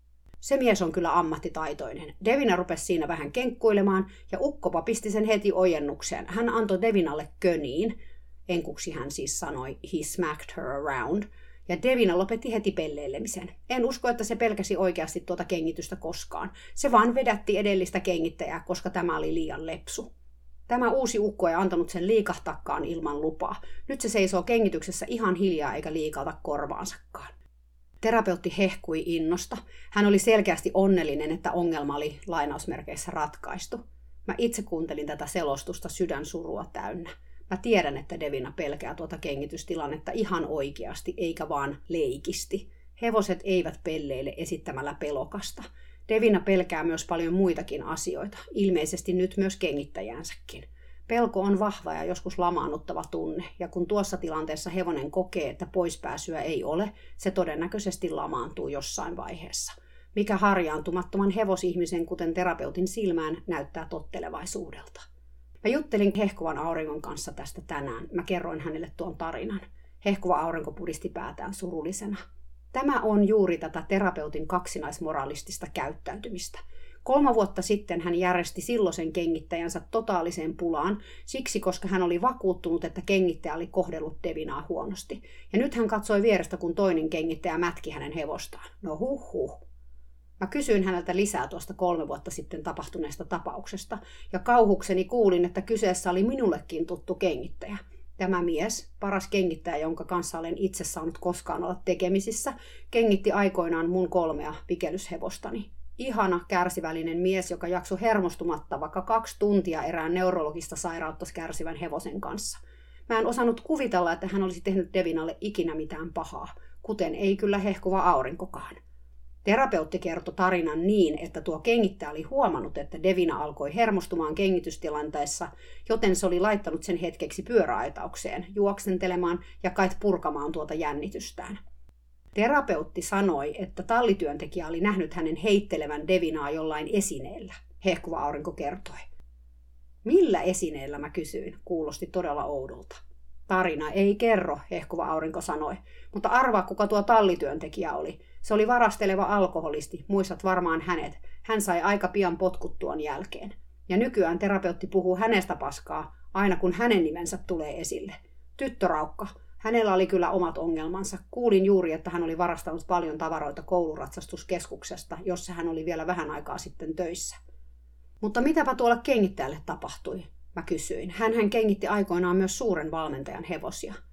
Se mies on kyllä ammattitaitoinen. Devina rupesi siinä vähän kenkkuilemaan, ja ukkopa pisti sen heti ojennukseen. Hän antoi Devinalle köniin, enkuksi hän siis sanoi, he smacked her around, ja Devina lopetti heti pelleilemisen. En usko, että se pelkäsi oikeasti tuota kengitystä koskaan. Se vaan vedätti edellistä kengittäjää, koska tämä oli liian lepsu. Tämä uusi ukko ei antanut sen liikahtakaan ilman lupaa. Nyt se seisoo kengityksessä ihan hiljaa eikä liikauta korvaansakaan. Terapeutti hehkui innosta. Hän oli selkeästi onnellinen, että ongelma oli lainausmerkeissä ratkaistu. Mä itse kuuntelin tätä selostusta sydän surua täynnä. Mä tiedän, että Devina pelkää tuota kengitystilannetta ihan oikeasti, eikä vaan leikisti. Hevoset eivät pelleile esittämällä pelokasta. Devina pelkää myös paljon muitakin asioita, ilmeisesti nyt myös kengittäjänsäkin. Pelko on vahva ja joskus lamaannuttava tunne, ja kun tuossa tilanteessa hevonen kokee, että poispääsyä ei ole, se todennäköisesti lamaantuu jossain vaiheessa. Mikä harjaantumattoman hevosihmisen, kuten terapeutin silmään, näyttää tottelevaisuudelta. Mä juttelin hehkuvan auringon kanssa tästä tänään. Mä kerroin hänelle tuon tarinan. Hehkuva aurinko pudisti päätään surullisena. Tämä on juuri tätä terapeutin kaksinaismoralistista käyttäytymistä. Kolme vuotta sitten hän järjesti silloisen kengittäjänsä totaaliseen pulaan, siksi koska hän oli vakuuttunut, että kengittäjä oli kohdellut Devinaa huonosti. Ja nyt hän katsoi vierestä, kun toinen kengittäjä mätki hänen hevostaan. No huh huh. Mä kysyin häneltä lisää tuosta kolme vuotta sitten tapahtuneesta tapauksesta, ja kauhukseni kuulin, että kyseessä oli minullekin tuttu kengittäjä. Tämä mies, paras kengittäjä, jonka kanssa olen itse saanut koskaan olla tekemisissä, kengitti aikoinaan mun kolmea vikelyshevostani. Ihana, kärsivällinen mies, joka jaksoi hermostumatta vaikka kaksi tuntia erään neurologista sairautta kärsivän hevosen kanssa. Mä en osannut kuvitella, että hän olisi tehnyt Devinalle ikinä mitään pahaa, kuten ei kyllä hehkuva aurinkokaan. Terapeutti kertoi tarinan niin, että tuo kengittäjä oli huomannut, että Devina alkoi hermostumaan kengitystilanteessa, joten se oli laittanut sen hetkeksi pyöräaitaukseen, juoksentelemaan ja kait purkamaan tuota jännitystään. Terapeutti sanoi, että tallityöntekijä oli nähnyt hänen heittelevän Devinaa jollain esineellä, hehkuva aurinko kertoi. Millä esineellä, mä kysyin, kuulosti todella oudolta. Tarina ei kerro, hehkuva aurinko sanoi, mutta arvaa kuka tuo tallityöntekijä oli. Se oli varasteleva alkoholisti, muistat varmaan hänet. Hän sai aika pian potkut tuon jälkeen. Ja nykyään terapeutti puhuu hänestä paskaa, aina kun hänen nimensä tulee esille. Tyttöraukka. Hänellä oli kyllä omat ongelmansa. Kuulin juuri, että hän oli varastanut paljon tavaroita kouluratsastuskeskuksesta, jossa hän oli vielä vähän aikaa sitten töissä. Mutta mitäpä tuolla kengittäjälle tapahtui? Mä kysyin. Hänhän kengitti aikoinaan myös suuren valmentajan hevosia.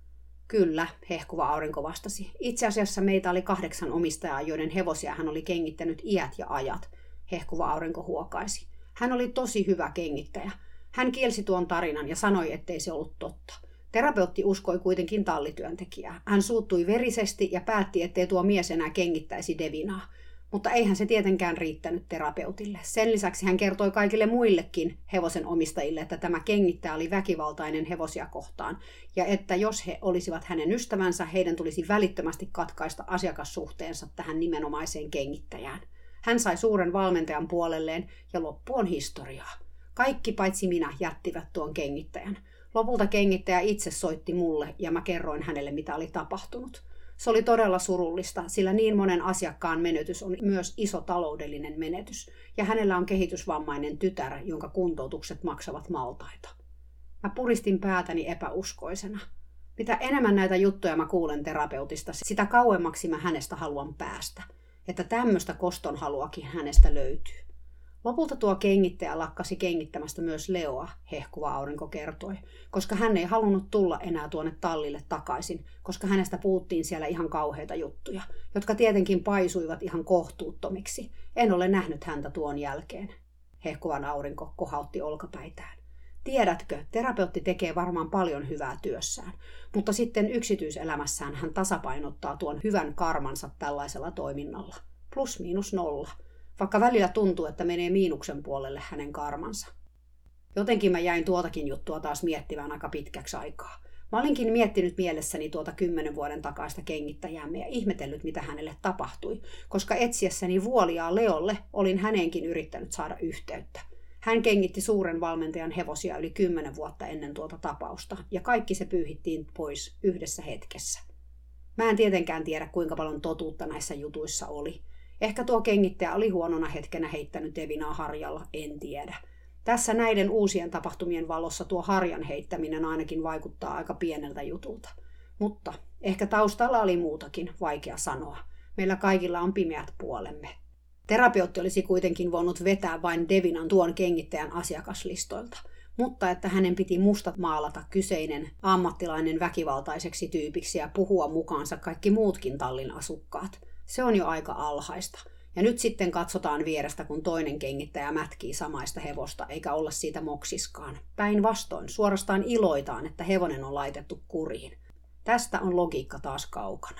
Kyllä, hehkuva aurinko vastasi. Itse asiassa meitä oli kahdeksan omistajaa, joiden hevosia hän oli kengittänyt iät ja ajat, hehkuva aurinko huokaisi. Hän oli tosi hyvä kengittäjä. Hän kielsi tuon tarinan ja sanoi, ettei se ollut totta. Terapeutti uskoi kuitenkin tallityöntekijää. Hän suuttui verisesti ja päätti, ettei tuo mies enää kengittäisi Devinaa. Mutta eihän se tietenkään riittänyt terapeutille. Sen lisäksi hän kertoi kaikille muillekin hevosen omistajille, että tämä kengittäjä oli väkivaltainen hevosia kohtaan, ja että jos he olisivat hänen ystävänsä, heidän tulisi välittömästi katkaista asiakassuhteensa tähän nimenomaiseen kengittäjään. Hän sai suuren valmentajan puolelleen, ja loppu on historiaa. Kaikki paitsi minä jättivät tuon kengittäjän. Lopulta kengittäjä itse soitti mulle, ja mä kerroin hänelle, mitä oli tapahtunut. Se oli todella surullista, sillä niin monen asiakkaan menetys on myös iso taloudellinen menetys, ja hänellä on kehitysvammainen tytär, jonka kuntoutukset maksavat maltaita. Mä puristin päätäni epäuskoisena. Mitä enemmän näitä juttuja mä kuulen terapeutista, sitä kauemmaksi mä hänestä haluan päästä, että tämmöistä kostonhaluakin hänestä löytyy. Lopulta tuo kengittäjä lakkasi kengittämästä myös Leoa, hehkuva aurinko kertoi, koska hän ei halunnut tulla enää tuonne tallille takaisin, koska hänestä puhuttiin siellä ihan kauheita juttuja, jotka tietenkin paisuivat ihan kohtuuttomiksi. En ole nähnyt häntä tuon jälkeen. Hehkuvan aurinko kohautti olkapäitään. Tiedätkö, terapeutti tekee varmaan paljon hyvää työssään, mutta sitten yksityiselämässään hän tasapainottaa tuon hyvän karmansa tällaisella toiminnalla. Plus miinus nolla. Vaikka välillä tuntuu, että menee miinuksen puolelle hänen karmansa. Jotenkin mä jäin tuotakin juttua taas miettimään aika pitkäksi aikaa. Mä olinkin miettinyt mielessäni tuota kymmenen vuoden takaista kengittäjäämme ja ihmetellyt, mitä hänelle tapahtui, koska etsiessäni vuoliaa Leolle olin häneenkin yrittänyt saada yhteyttä. Hän kengitti suuren valmentajan hevosia yli kymmenen vuotta ennen tuota tapausta, ja kaikki se pyyhittiin pois yhdessä hetkessä. Mä en tietenkään tiedä, kuinka paljon totuutta näissä jutuissa oli. Ehkä tuo kengittäjä oli huonona hetkenä heittänyt Devinaa harjalla, en tiedä. Tässä näiden uusien tapahtumien valossa tuo harjan heittäminen ainakin vaikuttaa aika pieneltä jutulta. Mutta ehkä taustalla oli muutakin, vaikea sanoa. Meillä kaikilla on pimeät puolemme. Terapeutti olisi kuitenkin voinut vetää vain Devinan tuon kengittäjän asiakaslistoilta, mutta että hänen piti mustat maalata kyseinen ammattilainen väkivaltaiseksi tyypiksi ja puhua mukaansa kaikki muutkin tallin asukkaat. Se on jo aika alhaista. Ja nyt sitten katsotaan vierestä, kun toinen kengittäjä mätkii samaista hevosta, eikä olla siitä moksiskaan. Päinvastoin, suorastaan iloitaan, että hevonen on laitettu kuriin. Tästä on logiikka taas kaukana.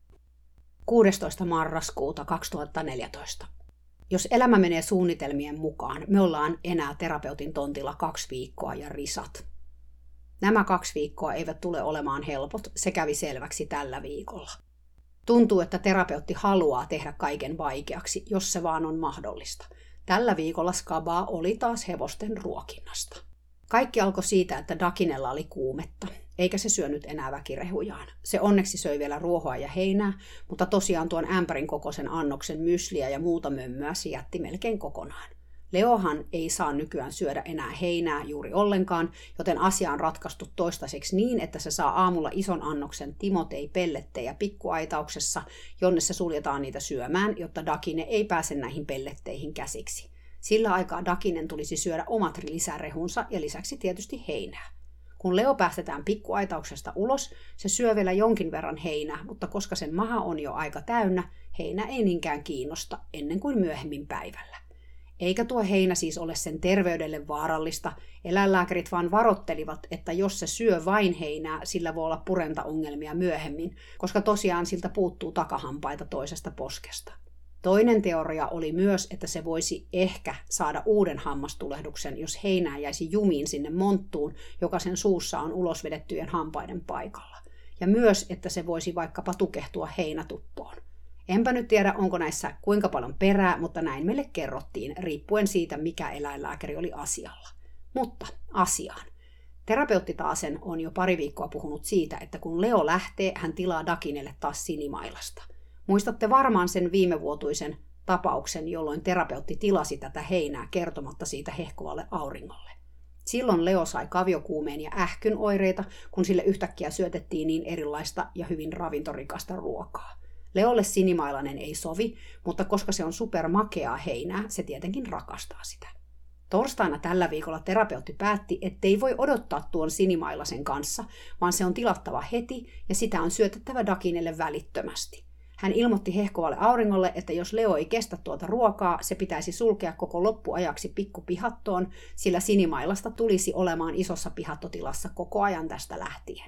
kuudestoista marraskuuta kaksituhattaneljätoista. Jos elämä menee suunnitelmien mukaan, me ollaan enää terapeutin tontilla kaksi viikkoa ja risat. Nämä kaksi viikkoa eivät tule olemaan helpot, se kävi selväksi tällä viikolla. Tuntuu, että terapeutti haluaa tehdä kaiken vaikeaksi, jos se vaan on mahdollista. Tällä viikolla skabaa oli taas hevosten ruokinnasta. Kaikki alkoi siitä, että Dakinella oli kuumetta, eikä se syönyt enää väkirehujaan. Se onneksi söi vielä ruohoa ja heinää, mutta tosiaan tuon ämpärin kokoisen annoksen mysliä ja muuta mömmöä se jätti melkein kokonaan. Leohan ei saa nykyään syödä enää heinää juuri ollenkaan, joten asia on ratkaistu toistaiseksi niin, että se saa aamulla ison annoksen timotei-pellettejä pikkuaitauksessa, jonne se suljetaan niitä syömään, jotta Dakine ei pääse näihin pelletteihin käsiksi. Sillä aikaa Dakinen tulisi syödä omat lisärehunsa ja lisäksi tietysti heinää. Kun Leo päästetään pikkuaitauksesta ulos, se syö vielä jonkin verran heinää, mutta koska sen maha on jo aika täynnä, heinä ei niinkään kiinnosta ennen kuin myöhemmin päivällä. Eikä tuo heinä siis ole sen terveydelle vaarallista, eläinlääkärit vaan varoittelivat, että jos se syö vain heinää, sillä voi olla purentaongelmia myöhemmin, koska tosiaan siltä puuttuu takahampaita toisesta poskesta. Toinen teoria oli myös, että se voisi ehkä saada uuden hammastulehduksen, jos heinää jäisi jumiin sinne monttuun, joka sen suussa on ulosvedettyjen hampaiden paikalla. Ja myös, että se voisi vaikkapa tukehtua heinätuppoon. Enpä nyt tiedä, onko näissä kuinka paljon perää, mutta näin meille kerrottiin, riippuen siitä, mikä eläinlääkäri oli asialla. Mutta asiaan. Terapeutti taasen on jo pari viikkoa puhunut siitä, että kun Leo lähtee, hän tilaa Dakinelle taas sinimailasta. Muistatte varmaan sen viimevuotuisen tapauksen, jolloin terapeutti tilasi tätä heinää kertomatta siitä hehkuvalle auringolle. Silloin Leo sai kaviokuumeen ja ähkyn oireita, kun sille yhtäkkiä syötettiin niin erilaista ja hyvin ravintorikasta ruokaa. Leolle sinimailainen ei sovi, mutta koska se on supermakeaa heinää, se tietenkin rakastaa sitä. Torstaina tällä viikolla terapeutti päätti, ettei voi odottaa tuon sinimailasen kanssa, vaan se on tilattava heti ja sitä on syötettävä Dakinelle välittömästi. Hän ilmoitti hehkuvalle auringolle, että jos Leo ei kestä tuota ruokaa, se pitäisi sulkea koko loppuajaksi pikkupihattoon, sillä sinimailasta tulisi olemaan isossa pihattotilassa koko ajan tästä lähtien.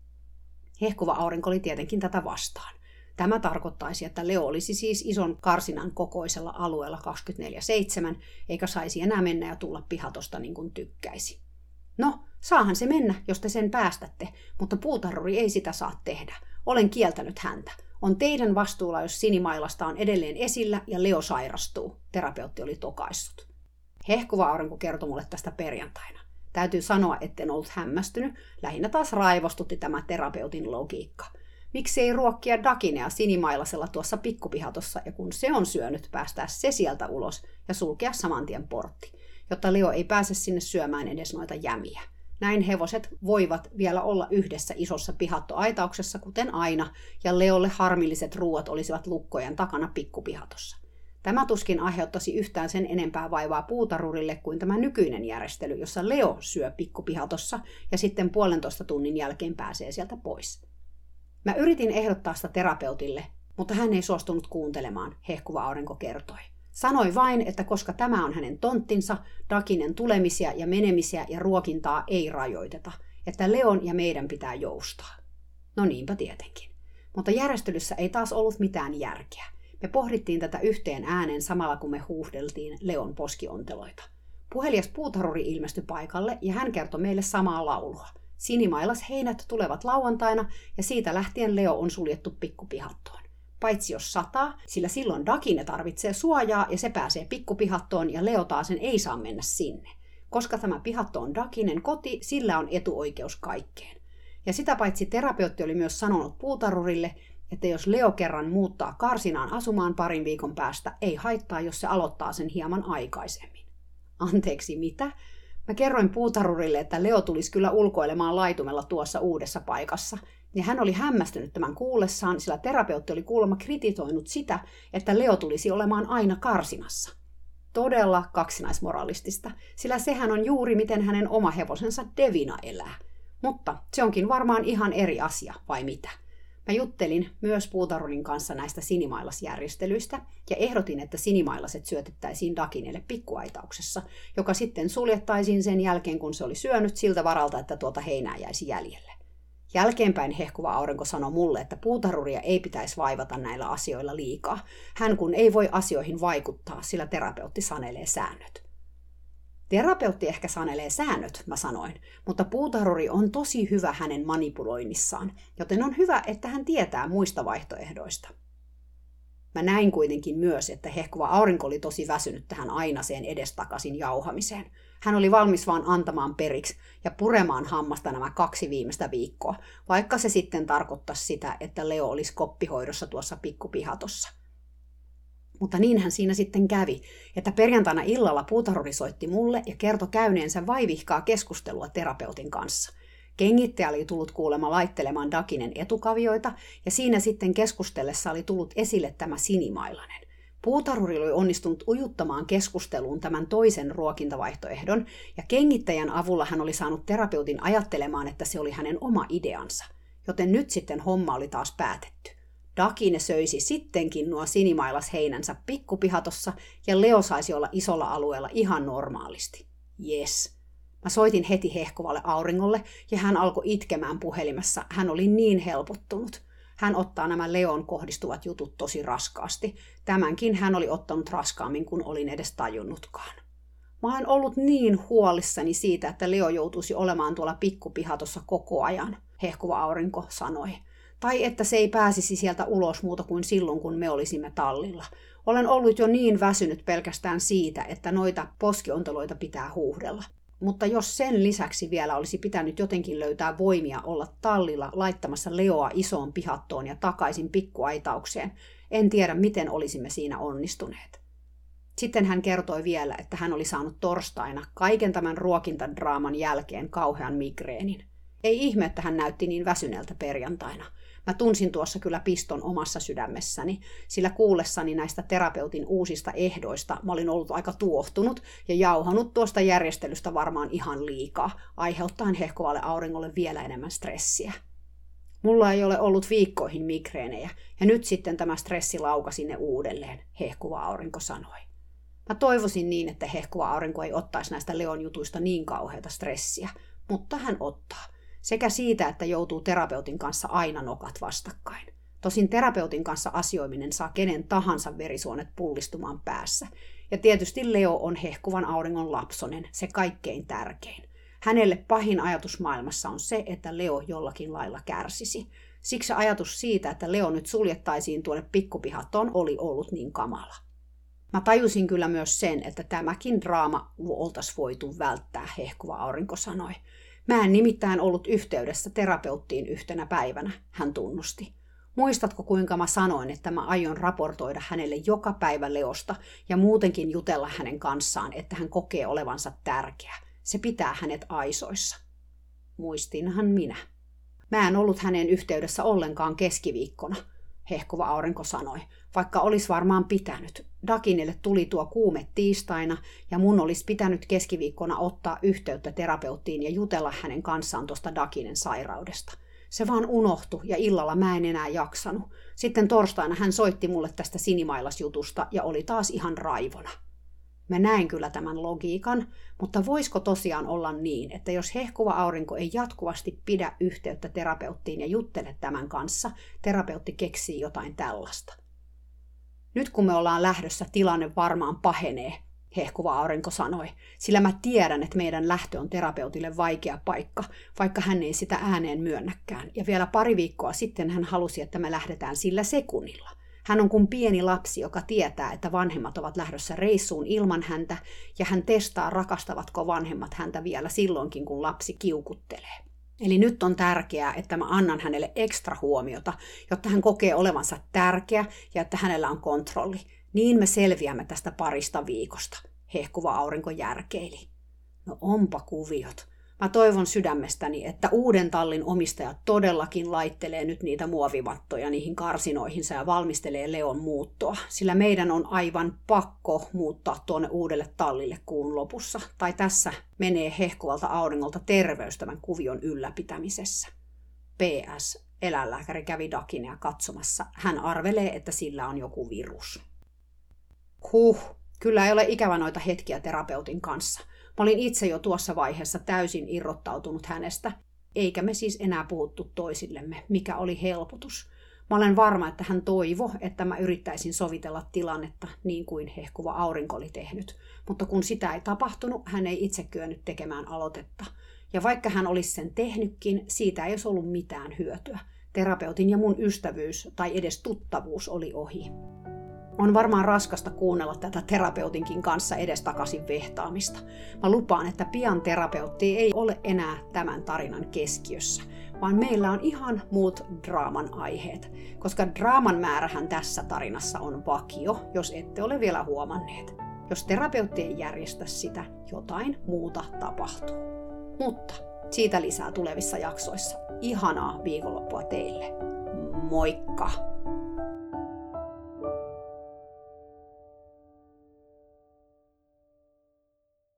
Hehkuva aurinko oli tietenkin tätä vastaan. Tämä tarkoittaisi, että Leo olisi siis ison karsinan kokoisella alueella kaksikymmentäneljä seitsemän, eikä saisi enää mennä ja tulla pihatosta niin kuin tykkäisi. No, saahan se mennä, jos te sen päästätte, mutta puutarhuri ei sitä saa tehdä. Olen kieltänyt häntä. On teidän vastuulla, jos sinimailasta on edelleen esillä ja Leo sairastuu, terapeutti oli tokaissut. Hehkuva aurinko kertoi mulle tästä perjantaina. Täytyy sanoa, etten ollut hämmästynyt. Lähinnä taas raivostutti tämä terapeutin logiikka. Miksi ei ruokkia Dakinea sinimailasella tuossa pikkupihatossa, ja kun se on syönyt, päästää se sieltä ulos ja sulkea samantien portti, jotta Leo ei pääse sinne syömään edes noita jämiä. Näin hevoset voivat vielä olla yhdessä isossa pihattoaitauksessa, kuten aina, ja Leolle harmilliset ruuat olisivat lukkojen takana pikkupihatossa. Tämä tuskin aiheuttaisi yhtään sen enempää vaivaa puutarhurille kuin tämä nykyinen järjestely, jossa Leo syö pikkupihatossa ja sitten puolentoista tunnin jälkeen pääsee sieltä pois. Mä yritin ehdottaa sitä terapeutille, mutta hän ei suostunut kuuntelemaan, hehkuva aurinko kertoi. Sanoi vain, että koska tämä on hänen tonttinsa, Dakinen tulemisia ja menemisiä ja ruokintaa ei rajoiteta, että Leon ja meidän pitää joustaa. No niinpä tietenkin. Mutta järjestelyssä ei taas ollut mitään järkeä. Me pohdittiin tätä yhteen ääneen samalla kun me huuhdeltiin Leon poskionteloita. Puhelias puutarhuri ilmestyi paikalle ja hän kertoi meille samaa laulua. Sinimailas heinät tulevat lauantaina ja siitä lähtien Leo on suljettu pikkupihattoon. Paitsi jos sataa, sillä silloin Dakine tarvitsee suojaa ja se pääsee pikkupihattoon ja Leo taasen ei saa mennä sinne. Koska tämä pihatto on Dakinen koti, sillä on etuoikeus kaikkeen. Ja sitä paitsi terapeutti oli myös sanonut puutarhurille, että jos Leo kerran muuttaa karsinaan asumaan parin viikon päästä, ei haittaa, jos se aloittaa sen hieman aikaisemmin. Anteeksi, mitä? Mä kerroin puutarhurille, että Leo tulisi kyllä ulkoilemaan laitumella tuossa uudessa paikassa, ja hän oli hämmästynyt tämän kuullessaan, sillä terapeutti oli kuulemma krititoinut sitä, että Leo tulisi olemaan aina karsinassa. Todella kaksinaismoralistista, sillä sehän on juuri miten hänen oma hevosensa Devina elää. Mutta se onkin varmaan ihan eri asia, vai mitä? Mä juttelin myös puutarhurin kanssa näistä sinimailasjärjestelyistä ja ehdotin, että sinimailaset syötettäisiin Dakinelle pikkuaitauksessa, joka sitten suljettaisiin sen jälkeen, kun se oli syönyt siltä varalta, että tuota heinää jäisi jäljelle. Jälkeenpäin hehkuva aurinko sanoi mulle, että puutarhuria ei pitäisi vaivata näillä asioilla liikaa. Hän kun ei voi asioihin vaikuttaa, sillä terapeutti sanelee säännöt. Terapeutti ehkä sanelee säännöt, mä sanoin, mutta puutarhuri on tosi hyvä hänen manipuloinnissaan, joten on hyvä, että hän tietää muista vaihtoehdoista. Mä näin kuitenkin myös, että hehkuva aurinko oli tosi väsynyt tähän ainaseen edestakaisin jauhamiseen. Hän oli valmis vaan antamaan periksi ja puremaan hammasta nämä kaksi viimeistä viikkoa, vaikka se sitten tarkoittaisi sitä, että Leo olisi koppihoidossa tuossa pikkupihatossa. Mutta niinhän siinä sitten kävi, että perjantaina illalla puutarhuri soitti mulle ja kertoi käyneensä vaivihkaa keskustelua terapeutin kanssa. Kengittäjä oli tullut kuulemma laittelemaan Dakinen etukavioita ja siinä sitten keskustellessa oli tullut esille tämä sinimailanen. Puutarhuri oli onnistunut ujuttamaan keskusteluun tämän toisen ruokintavaihtoehdon ja kengittäjän avulla hän oli saanut terapeutin ajattelemaan, että se oli hänen oma ideansa. Joten nyt sitten homma oli taas päätetty. Dakine söisi sittenkin nuo sinimailasheinänsä pikkupihatossa ja Leo saisi olla isolla alueella ihan normaalisti. Jes. Mä soitin heti hehkuvalle auringolle ja hän alkoi itkemään puhelimessa. Hän oli niin helpottunut. Hän ottaa nämä Leon kohdistuvat jutut tosi raskaasti. Tämänkin hän oli ottanut raskaammin kuin olin edes tajunnutkaan. Mä olen ollut niin huolissani siitä, että Leo joutuisi olemaan tuolla pikkupihatossa koko ajan, hehkuva aurinko sanoi. Tai että se ei pääsisi sieltä ulos muuta kuin silloin, kun me olisimme tallilla. Olen ollut jo niin väsynyt pelkästään siitä, että noita poskionteloita pitää huuhdella. Mutta jos sen lisäksi vielä olisi pitänyt jotenkin löytää voimia olla tallilla laittamassa Leoa isoon pihattoon ja takaisin pikkuaitaukseen, en tiedä miten olisimme siinä onnistuneet. Sitten hän kertoi vielä, että hän oli saanut torstaina kaiken tämän ruokintadraaman jälkeen kauhean migreenin. Ei ihme, että hän näytti niin väsyneeltä perjantaina. Mä tunsin tuossa kyllä piston omassa sydämessäni, sillä kuullessani näistä terapeutin uusista ehdoista mä olin ollut aika tuohtunut ja jauhanut tuosta järjestelystä varmaan ihan liikaa, aiheuttaen hehkuvalle auringolle vielä enemmän stressiä. Mulla ei ole ollut viikkoihin migreenejä, ja nyt sitten tämä stressi laukasi ne uudelleen, hehkuva aurinko sanoi. Mä toivoisin niin, että hehkuva aurinko ei ottaisi näistä Leon jutuista niin kauheata stressiä, mutta hän ottaa. Sekä siitä, että joutuu terapeutin kanssa aina nokat vastakkain. Tosin terapeutin kanssa asioiminen saa kenen tahansa verisuonet pullistumaan päässä. Ja tietysti Leo on hehkuvan auringon lapsonen, se kaikkein tärkein. Hänelle pahin ajatus maailmassa on se, että Leo jollakin lailla kärsisi. Siksi ajatus siitä, että Leo nyt suljettaisiin tuonne pikkupihattoon, oli ollut niin kamala. Mä tajusin kyllä myös sen, että tämäkin draama oltaisiin voitu välttää, hehkuva aurinko sanoi. Mä en nimittäin ollut yhteydessä terapeuttiin yhtenä päivänä, hän tunnusti. Muistatko, kuinka mä sanoin, että mä aion raportoida hänelle joka päivä Leosta ja muutenkin jutella hänen kanssaan, että hän kokee olevansa tärkeä. Se pitää hänet aisoissa. Muistinhan minä. Mä en ollut hänen yhteydessä ollenkaan keskiviikkona, hehkuva aurinko sanoi, vaikka olisi varmaan pitänyt. Dakinille tuli tuo kuume tiistaina ja mun olisi pitänyt keskiviikkona ottaa yhteyttä terapeuttiin ja jutella hänen kanssaan tuosta Dakinen sairaudesta. Se vaan unohtui ja illalla mä en enää jaksanut. Sitten torstaina hän soitti mulle tästä sinimailasjutusta ja oli taas ihan raivona. Mä näin kyllä tämän logiikan, mutta voisiko tosiaan olla niin, että jos hehkuva aurinko ei jatkuvasti pidä yhteyttä terapeuttiin ja juttele tämän kanssa, terapeutti keksii jotain tällaista. Nyt kun me ollaan lähdössä, tilanne varmaan pahenee, hehkuva aurinko sanoi, sillä mä tiedän, että meidän lähtö on terapeutille vaikea paikka, vaikka hän ei sitä ääneen myönnäkään. Ja vielä pari viikkoa sitten hän halusi, että me lähdetään sillä sekunnilla. Hän on kuin pieni lapsi, joka tietää, että vanhemmat ovat lähdössä reissuun ilman häntä, ja hän testaa, rakastavatko vanhemmat häntä vielä silloinkin, kun lapsi kiukuttelee. Eli nyt on tärkeää, että mä annan hänelle ekstra huomiota, jotta hän kokee olevansa tärkeä ja että hänellä on kontrolli. Niin me selviämme tästä parista viikosta, hehkuva aurinko järkeili. No onpa kuviot. Mä toivon sydämestäni, että uuden tallin omistaja todellakin laittelee nyt niitä muovivattoja niihin karsinoihinsa ja valmistelee Leon muuttoa, sillä meidän on aivan pakko muuttaa tuonne uudelle tallille kuun lopussa. Tai tässä menee hehkuvalta auringolta terveys tämän kuvion ylläpitämisessä. P S. Eläinlääkäri kävi Dakinea katsomassa. Hän arvelee, että sillä on joku virus. Huh, kyllä ei ole ikävä noita hetkiä terapeutin kanssa. Mä olin itse jo tuossa vaiheessa täysin irrottautunut hänestä, eikä me siis enää puhuttu toisillemme, mikä oli helpotus. Mä olen varma, että hän toivoi, että mä yrittäisin sovitella tilannetta niin kuin hehkuva aurinko oli tehnyt, mutta kun sitä ei tapahtunut, hän ei itse kyennyt tekemään aloitetta. Ja vaikka hän olisi sen tehnytkin, siitä ei olisi ollut mitään hyötyä. Terapeutin ja mun ystävyys tai edes tuttavuus oli ohi. On varmaan raskasta kuunnella tätä terapeutinkin kanssa edestakaisin vehtaamista. Mä lupaan, että pian terapeutti ei ole enää tämän tarinan keskiössä, vaan meillä on ihan muut draaman aiheet, koska draaman määrähän tässä tarinassa on vakio, jos ette ole vielä huomanneet. Jos terapeutti ei järjestä sitä, jotain muuta tapahtuu. Mutta siitä lisää tulevissa jaksoissa. Ihanaa viikonloppua teille. Moikka!